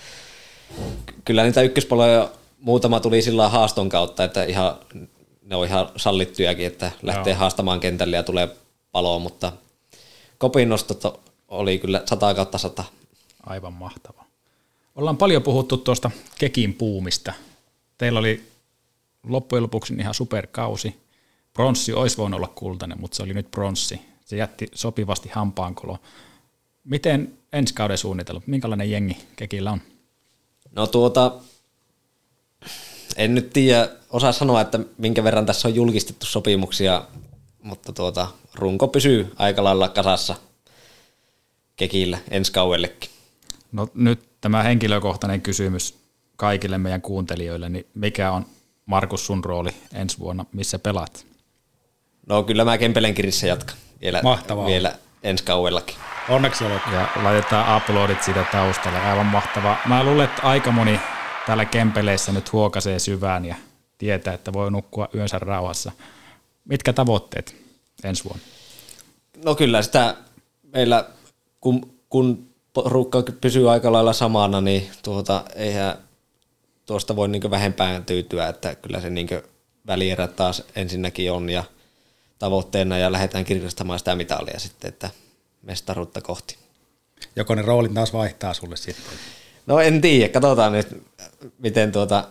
kyllä niitä ykköspaloja muutama tuli sillä haaston kautta, että ihan, ne on ihan sallittujakin, että lähtee Joo. haastamaan kentälle ja tulee paloa, mutta kopinnostot oli kyllä sata kautta sata.
Aivan mahtavaa. Ollaan paljon puhuttu tuosta kekin puumista. Teillä oli loppujen lopuksi ihan superkausi. Bronssi olisi voinut olla kultainen, mutta se oli nyt bronssi. Se jätti sopivasti hampaankoloon. Miten ensi kauden suunnitelma? Minkälainen jengi kekillä on?
No tuota, en nyt tiedä, osaa sanoa, että minkä verran tässä on julkistettu sopimuksia, mutta tuota, runko pysyy aika lailla kasassa kekillä ensi kaudellekin.
No nyt tämä henkilökohtainen kysymys kaikille meidän kuuntelijoille, niin mikä on Markus sun rooli ensi vuonna, missä pelaat?
No kyllä mä Kempelenkirissä jatkan vielä,
mahtavaa.
vielä ensi kaudellakin.
Onneksi olet.
Ja laitetaan uploadit siitä taustalle, aivan mahtavaa. Mä luulen, että aika moni täällä Kempeleissä nyt huokasee syvään ja tietää, että voi nukkua yönsä rauhassa. Mitkä tavoitteet ensi vuonna?
No kyllä sitä meillä, kun, kun porukka pysyy aika lailla samana, niin tuota, eihän tuosta voi niin vähempään tyytyä, että kyllä se niin välierä taas ensinnäkin on ja tavoitteena ja lähdetään kirkastamaan sitä mitalia sitten, että mestaruutta kohti.
Joko ne roolit taas vaihtaa sulle sitten?
No en tiedä, katsotaan nyt, miten tuota,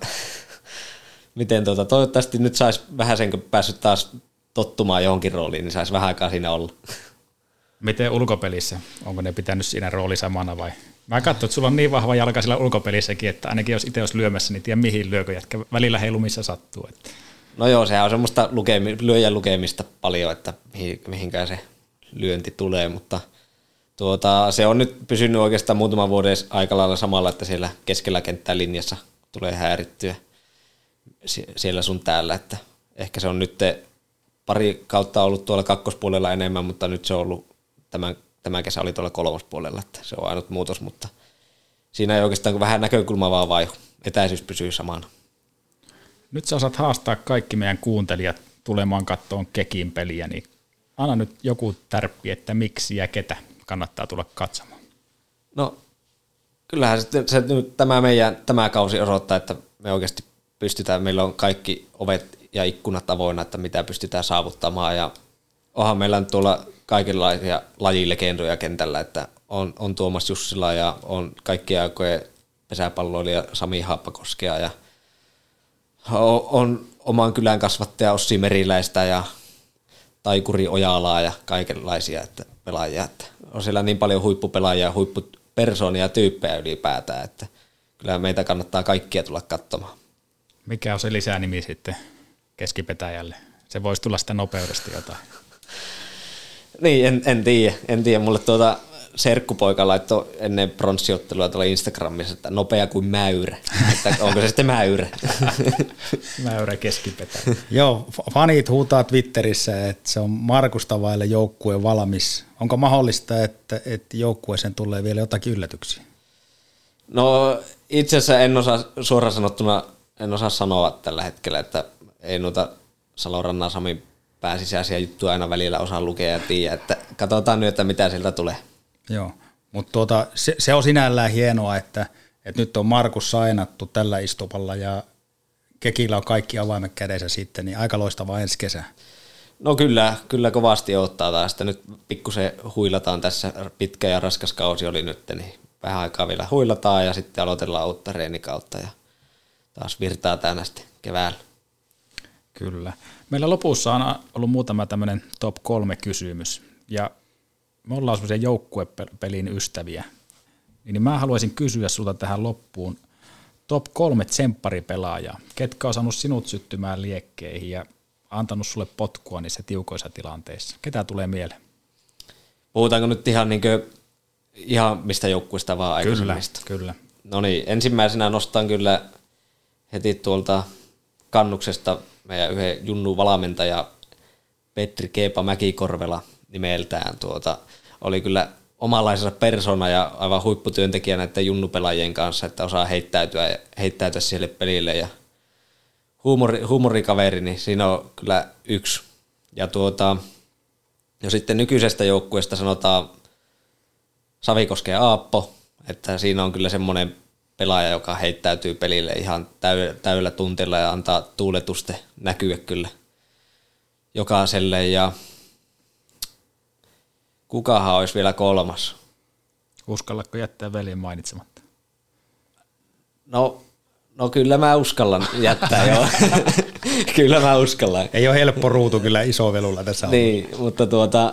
miten tuota, toivottavasti nyt saisi vähän sen, kun päässyt taas tottumaan johonkin rooliin, niin saisi vähän aikaa siinä olla.
Miten ulkopelissä? Onko ne pitänyt siinä rooli samana vai? Mä katson, että sulla on niin vahva jalka sillä ulkopelissäkin, että ainakin jos itse olisi lyömässä, niin tiedä mihin lyökö jätkä. Välillä heilu missä sattuu. Että.
No joo, sehän on semmoista lukemi, lyöjän lukemista paljon, että mihin, mihinkään se lyönti tulee, mutta tuota, se on nyt pysynyt oikeastaan muutaman vuoden aika lailla samalla, että siellä keskellä kenttää linjassa tulee häirittyä siellä sun täällä, että ehkä se on nyt pari kautta ollut tuolla kakkospuolella enemmän, mutta nyt se on ollut, tämän, tämä kesä oli tuolla kolmospuolella, että se on ainut muutos, mutta siinä ei oikeastaan vähän näkökulma vaan vaihu, etäisyys pysyy samana.
Nyt sä osaat haastaa kaikki meidän kuuntelijat tulemaan kattoon kekin peliä, niin anna nyt joku tärppi, että miksi ja ketä kannattaa tulla katsomaan.
No kyllähän se, se tämä meidän tämä kausi osoittaa, että me oikeasti pystytään, meillä on kaikki ovet ja ikkunat avoinna, että mitä pystytään saavuttamaan ja onhan meillä nyt tuolla kaikenlaisia lajilegendoja kentällä, että on, on Tuomas Jussila ja on kaikkien aikojen pesäpalloilija Sami Haappakoskea ja on, on oman kylän kasvattaja Ossi Meriläistä ja Taikuri Ojalaa ja kaikenlaisia että pelaajia. Että on siellä niin paljon huippupelaajia, huippupersoonia ja tyyppejä ylipäätään, että kyllä meitä kannattaa kaikkia tulla katsomaan.
Mikä on se lisänimi sitten keskipetäjälle? Se voisi tulla sitä nopeudesta jotain.
Niin, en, en tiedä. En tiedä. Mulle tuota serkkupoika laittoi ennen pronssiottelua tuolla Instagramissa, että nopea kuin mäyrä. Että onko se sitten mäyrä?
Mäyrä keskipetä.
Joo, fanit huutaa Twitterissä, että se on Markusta vaille joukkue valmis. Onko mahdollista, että, että joukkueeseen tulee vielä jotakin yllätyksiä?
No itse asiassa en osaa suoraan sanottuna, en osaa sanoa tällä hetkellä, että ei noita Salorannan Samin pääsisäisiä juttuja aina välillä osaa lukea ja tiedä, että katsotaan nyt, että mitä sieltä tulee.
Joo, mutta tuota, se, se on sinällään hienoa, että, että nyt on Markus sainattu tällä istupalla ja Kekillä on kaikki avaimet kädessä sitten, niin aika loistavaa ensi kesä.
No kyllä, kyllä kovasti ottaa taas, että nyt pikkusen huilataan tässä, pitkä ja raskas kausi oli nyt, niin vähän aikaa vielä huilataan ja sitten aloitellaan uutta reenikautta ja taas virtaa täynnä sitten keväällä.
Kyllä. Meillä lopussa on ollut muutama tämmöinen top kolme kysymys ja me ollaan semmoisia joukkuepelin ystäviä, niin mä haluaisin kysyä sulta tähän loppuun top kolme tsempparipelaajaa, ketkä on saanut sinut syttymään liekkeihin ja antanut sulle potkua niissä tiukoissa tilanteissa. Ketä tulee mieleen?
Puhutaanko nyt ihan, niin kuin, ihan mistä joukkueesta vaan aikaisemmista?
Kyllä, kyllä.
No niin, ensimmäisenä nostan kyllä heti tuolta Kannuksesta meidän yhden Junnu valmentaja Petri Keepa Mäkikorvela nimeltään. Tuota, oli kyllä omanlaisensa persona ja aivan huipputyöntekijä näiden junnupelaajien kanssa, että osaa heittäytyä, heittäytyä siellä pelille ja huumori, huumorikaveri, niin siinä on kyllä yksi. Ja tuota, jo sitten nykyisestä joukkueesta sanotaan Savikosken Aappo, että siinä on kyllä semmoinen pelaaja, joka heittäytyy pelille ihan täydellä tunteella ja antaa tuuletusten näkyä kyllä jokaiselle. Ja kukahan olisi vielä kolmas?
Uskallatko jättää veljen mainitsematta?
No, no kyllä mä uskallan jättää, joo. Kyllä mä uskallan.
Ei ole helppo ruutu kyllä isovelulla tässä.
Niin, ollut. Mutta tuota,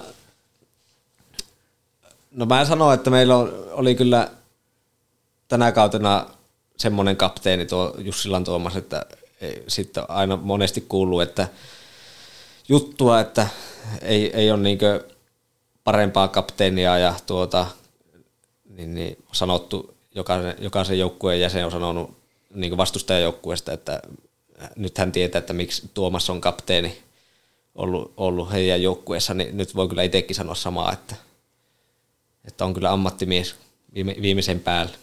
no mä sanon, että meillä oli kyllä tänä kautena semmoinen kapteeni tuo Jussilan Tuomas, että sitten aina monesti kuuluu, että juttua, että ei, ei ole niinkö parempaa kapteenia ja tuota, niin, niin sanottu, jokaisen, jokaisen joukkueen jäsen on sanonut niin vastustajajoukkueesta, että nyt hän tietää, että miksi Tuomas on kapteeni ollut, ollut heidän joukkueessa, niin nyt voi kyllä itsekin sanoa samaa, että, että on kyllä ammattimies viime, viimeisen päällä.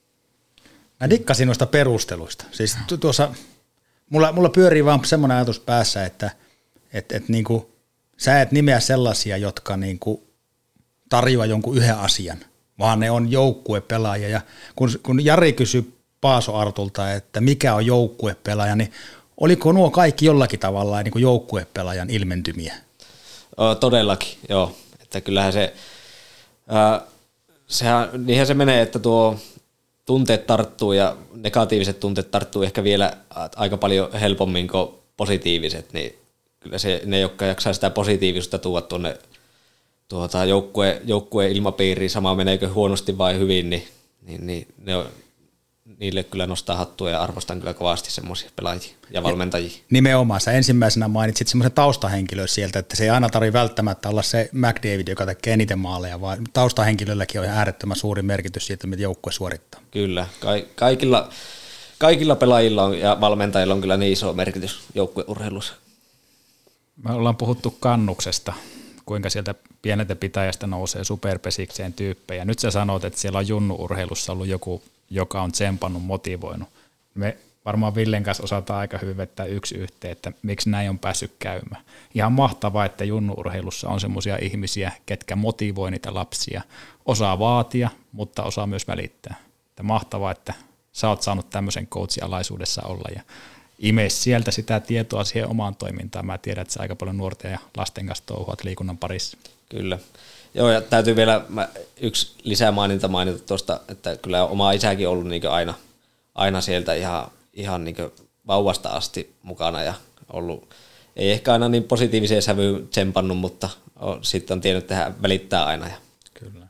Mä dikkasin noista perusteluista. Siis tuossa, mulla, mulla pyörii vaan semmoinen ajatus päässä, että et, et niinku, sä et nimeä sellaisia, jotka niinku tarjoaa jonkun yhden asian, vaan ne on joukkuepelaajia. Ja kun, kun Jari kysyi Paaso Artulta, että mikä on joukkuepelaaja, niin oliko nuo kaikki jollakin tavalla niin kuin joukkuepelaajan ilmentymiä?
O, todellakin, joo. Että kyllähän se, ää, sehän, niinhän se menee, että tuo tunteet tarttuu ja negatiiviset tunteet tarttuu ehkä vielä aika paljon helpommin kuin positiiviset, niin kyllä se, ne, jotka jaksaa sitä positiivisuutta tuoda tuonne tuota, joukkue, joukkueen ilmapiiriin, sama meneekö huonosti vai hyvin, niin, niin, niin ne on, niille kyllä nostaa hattua ja arvostan kyllä kovasti semmoisia pelaajia ja valmentajia.
Nimenomaan, sä ensimmäisenä mainitsit semmoisen taustahenkilön sieltä, että se ei aina tarvitse välttämättä olla se McDavid, joka tekee eniten maaleja, vaan taustahenkilölläkin on äärettömän suuri merkitys siitä, mitä joukkue suorittaa.
Kyllä, Ka- kaikilla, kaikilla pelaajilla on, ja valmentajilla on kyllä niin iso merkitys joukkueurheilussa.
Me ollaan puhuttu Kannuksesta, kuinka sieltä pienetä pitäjästä nousee superpesikseen tyyppejä. Nyt sä sanot, että siellä on junnu-urheilussa ollut joku, joka on tsempannut, motivoinut. Me varmaan Villen kanssa osataan aika hyvin vettää yksi yhteen, että miksi näin on päässyt käymään. Ihan mahtavaa, että junnu-urheilussa on semmoisia ihmisiä, ketkä motivoi niitä lapsia. Osaa vaatia, mutta osaa myös välittää. Että mahtavaa, että sä oot saanut tämmöisen coachin alaisuudessa olla ja imee sieltä sitä tietoa siihen omaan toimintaan. Mä tiedän, että sä aika paljon nuorten ja lasten kanssa touhuat liikunnan parissa.
Kyllä. Joo, ja täytyy vielä mä, yksi lisämaininta mainita tuosta, että kyllä oma isäkin on ollut niin aina, aina sieltä ihan, ihan niin vauvasta asti mukana ja ollut, ei ehkä aina niin positiiviseen sävyyn tsempannut, mutta on, sitten on tiennyt tehdä, välittää aina. Ja.
Kyllä.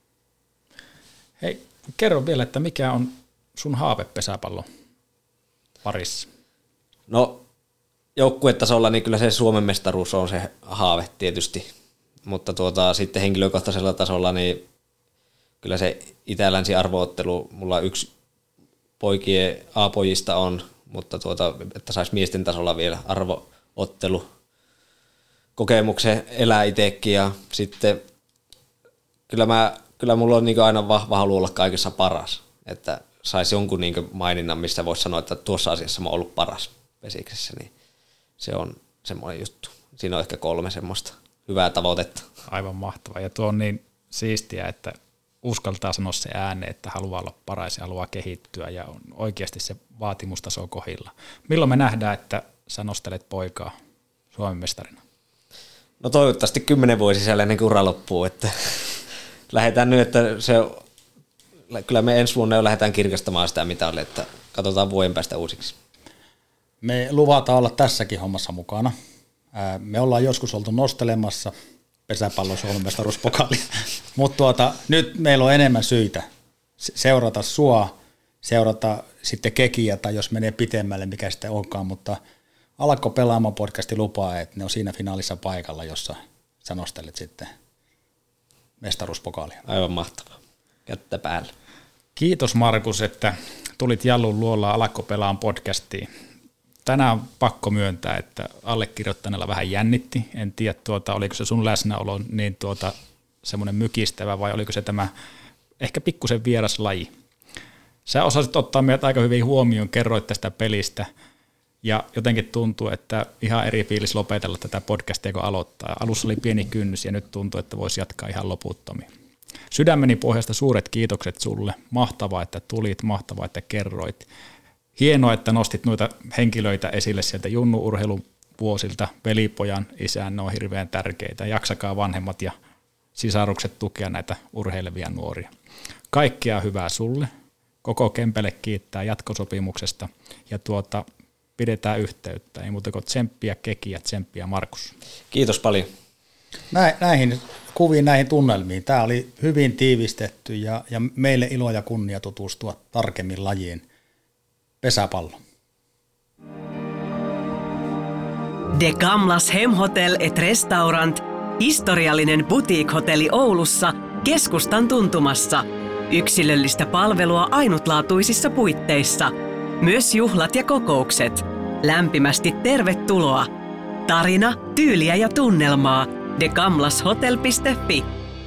Hei, kerro vielä, että mikä on sun haave pesäpallon parissa?
No joukkuetasolla niin kyllä se Suomen mestaruus on se haave tietysti, mutta tuota, sitten henkilökohtaisella tasolla niin kyllä se itä-länsi arvoottelu, mulla yksi poikien A-pojista on, mutta tuota, että saisi miesten tasolla vielä arvoottelu kokemuksen elää itsekin ja sitten kyllä, mä, kyllä mulla on niin aina vahva halu olla kaikessa paras, että saisi jonkun niin maininnan, mistä voisi sanoa, että tuossa asiassa mä oon ollut paras vesiksessä, niin se on semmoinen juttu. Siinä on ehkä kolme semmoista hyvää tavoitetta.
Aivan mahtavaa ja tuo on niin siistiä, että uskaltaa sanoa se ääneen, että haluaa olla paras ja haluaa kehittyä ja on oikeasti se vaatimustaso kohdilla. Milloin me nähdään, että sä nostelet poikaa Suomen mestarina?
No toivottavasti kymmenen vuoden sisällä ennen kuin ura loppuu, että lähdetään nyt, että se, kyllä me ensi vuonna jo lähdetään kirkastamaan sitä mitalia, että katsotaan vuoden päästä uusiksi.
Me luvataan olla tässäkin hommassa mukana. Me ollaan joskus oltu nostelemassa pesäpallon Suomen mestaruuspokaalia, mutta tuota, nyt meillä on enemmän syitä seurata sua, seurata sitten kekiä tai jos menee pitemmälle, mikä sitten onkaan, mutta Alatko pelaamaan podcasti lupaa, että ne on siinä finaalissa paikalla, jossa sä nostelet sitten mestaruuspokaalia.
Aivan mahtavaa. Kättä päällä.
Kiitos Markus, että tulit Jallun luolla Alatko pelaan podcastiin. Tänään on pakko myöntää, että allekirjoittaneella vähän jännitti. En tiedä, tuota, oliko se sun läsnäolo niin tuota, semmoinen mykistävä vai oliko se tämä ehkä pikkusen vieras laji. Sä osasit ottaa meidät aika hyvin huomioon, kerroit tästä pelistä ja jotenkin tuntuu, että ihan eri fiilis lopetella tätä podcastia kun aloittaa. Alussa oli pieni kynnys ja nyt tuntuu, että voisi jatkaa ihan loputtomiin. Sydämeni pohjasta suuret kiitokset sulle. Mahtavaa, että tulit, mahtavaa, että kerroit. Hienoa, että nostit noita henkilöitä esille sieltä junnu-urheilun vuosilta. Velipojan, isän, ne on hirveän tärkeitä. Jaksakaa vanhemmat ja sisarukset tukea näitä urheilevia nuoria. Kaikkea hyvää sulle. Koko Kempele kiittää jatkosopimuksesta ja tuota, pidetään yhteyttä. Ei muuta kuin tsemppiä Keki, tsemppiä Markus.
Kiitos paljon.
Näihin kuviin, näihin tunnelmiin. Tämä oli hyvin tiivistetty ja, ja meille ilo ja kunnia tutustua tarkemmin lajiin. Pesäpallo.
De Gamlas Hemhotel et Restaurant, historiallinen boutique-hotelli Oulussa, keskustan tuntumassa. Yksilöllistä palvelua ainutlaatuisissa puitteissa. Myös juhlat ja kokoukset. Lämpimästi tervetuloa. Tarina, tyyliä ja tunnelmaa. de gamlas hotel piste fi.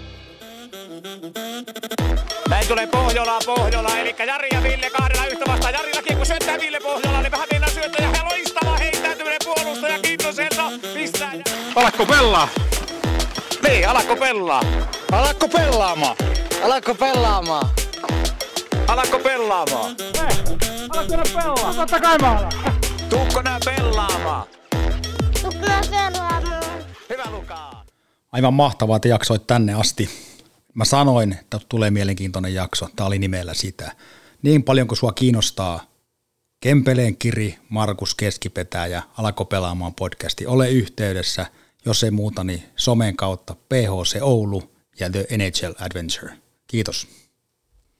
Näin tulee Pohjola, Pohjola, eli Jari ja Ville kahdella yhtä vastaan. Jarilla kiekko syöttää Ville Pohjola, niin vähän mennä syöttäjä ja loistava heittäytyminen puolustaja Kintoselta pistää.
Alatko pelaa?
Niin, alatko pelaa?
Alatko pelaamaan?
Alatko pelaamaan?
Alatko pelaamaan?
Hei, alatko nää pelaa? Totta kai mä alan.
Tuukko nää pelaamaan?
Tuukko nää pelaamaan?
Hyvä Lukaa.
Aivan mahtavaa, että jaksoit tänne asti. Mä sanoin, että tulee mielenkiintoinen jakso. Tämä oli nimellä sitä. Niin paljon kuin sua kiinnostaa Kempeleen Kiri, Markus Keskipetä ja Alatko pelaamaan podcasti. Ole yhteydessä, jos ei muuta, niin somen kautta P H C Oulu ja The N H L Adventure. Kiitos.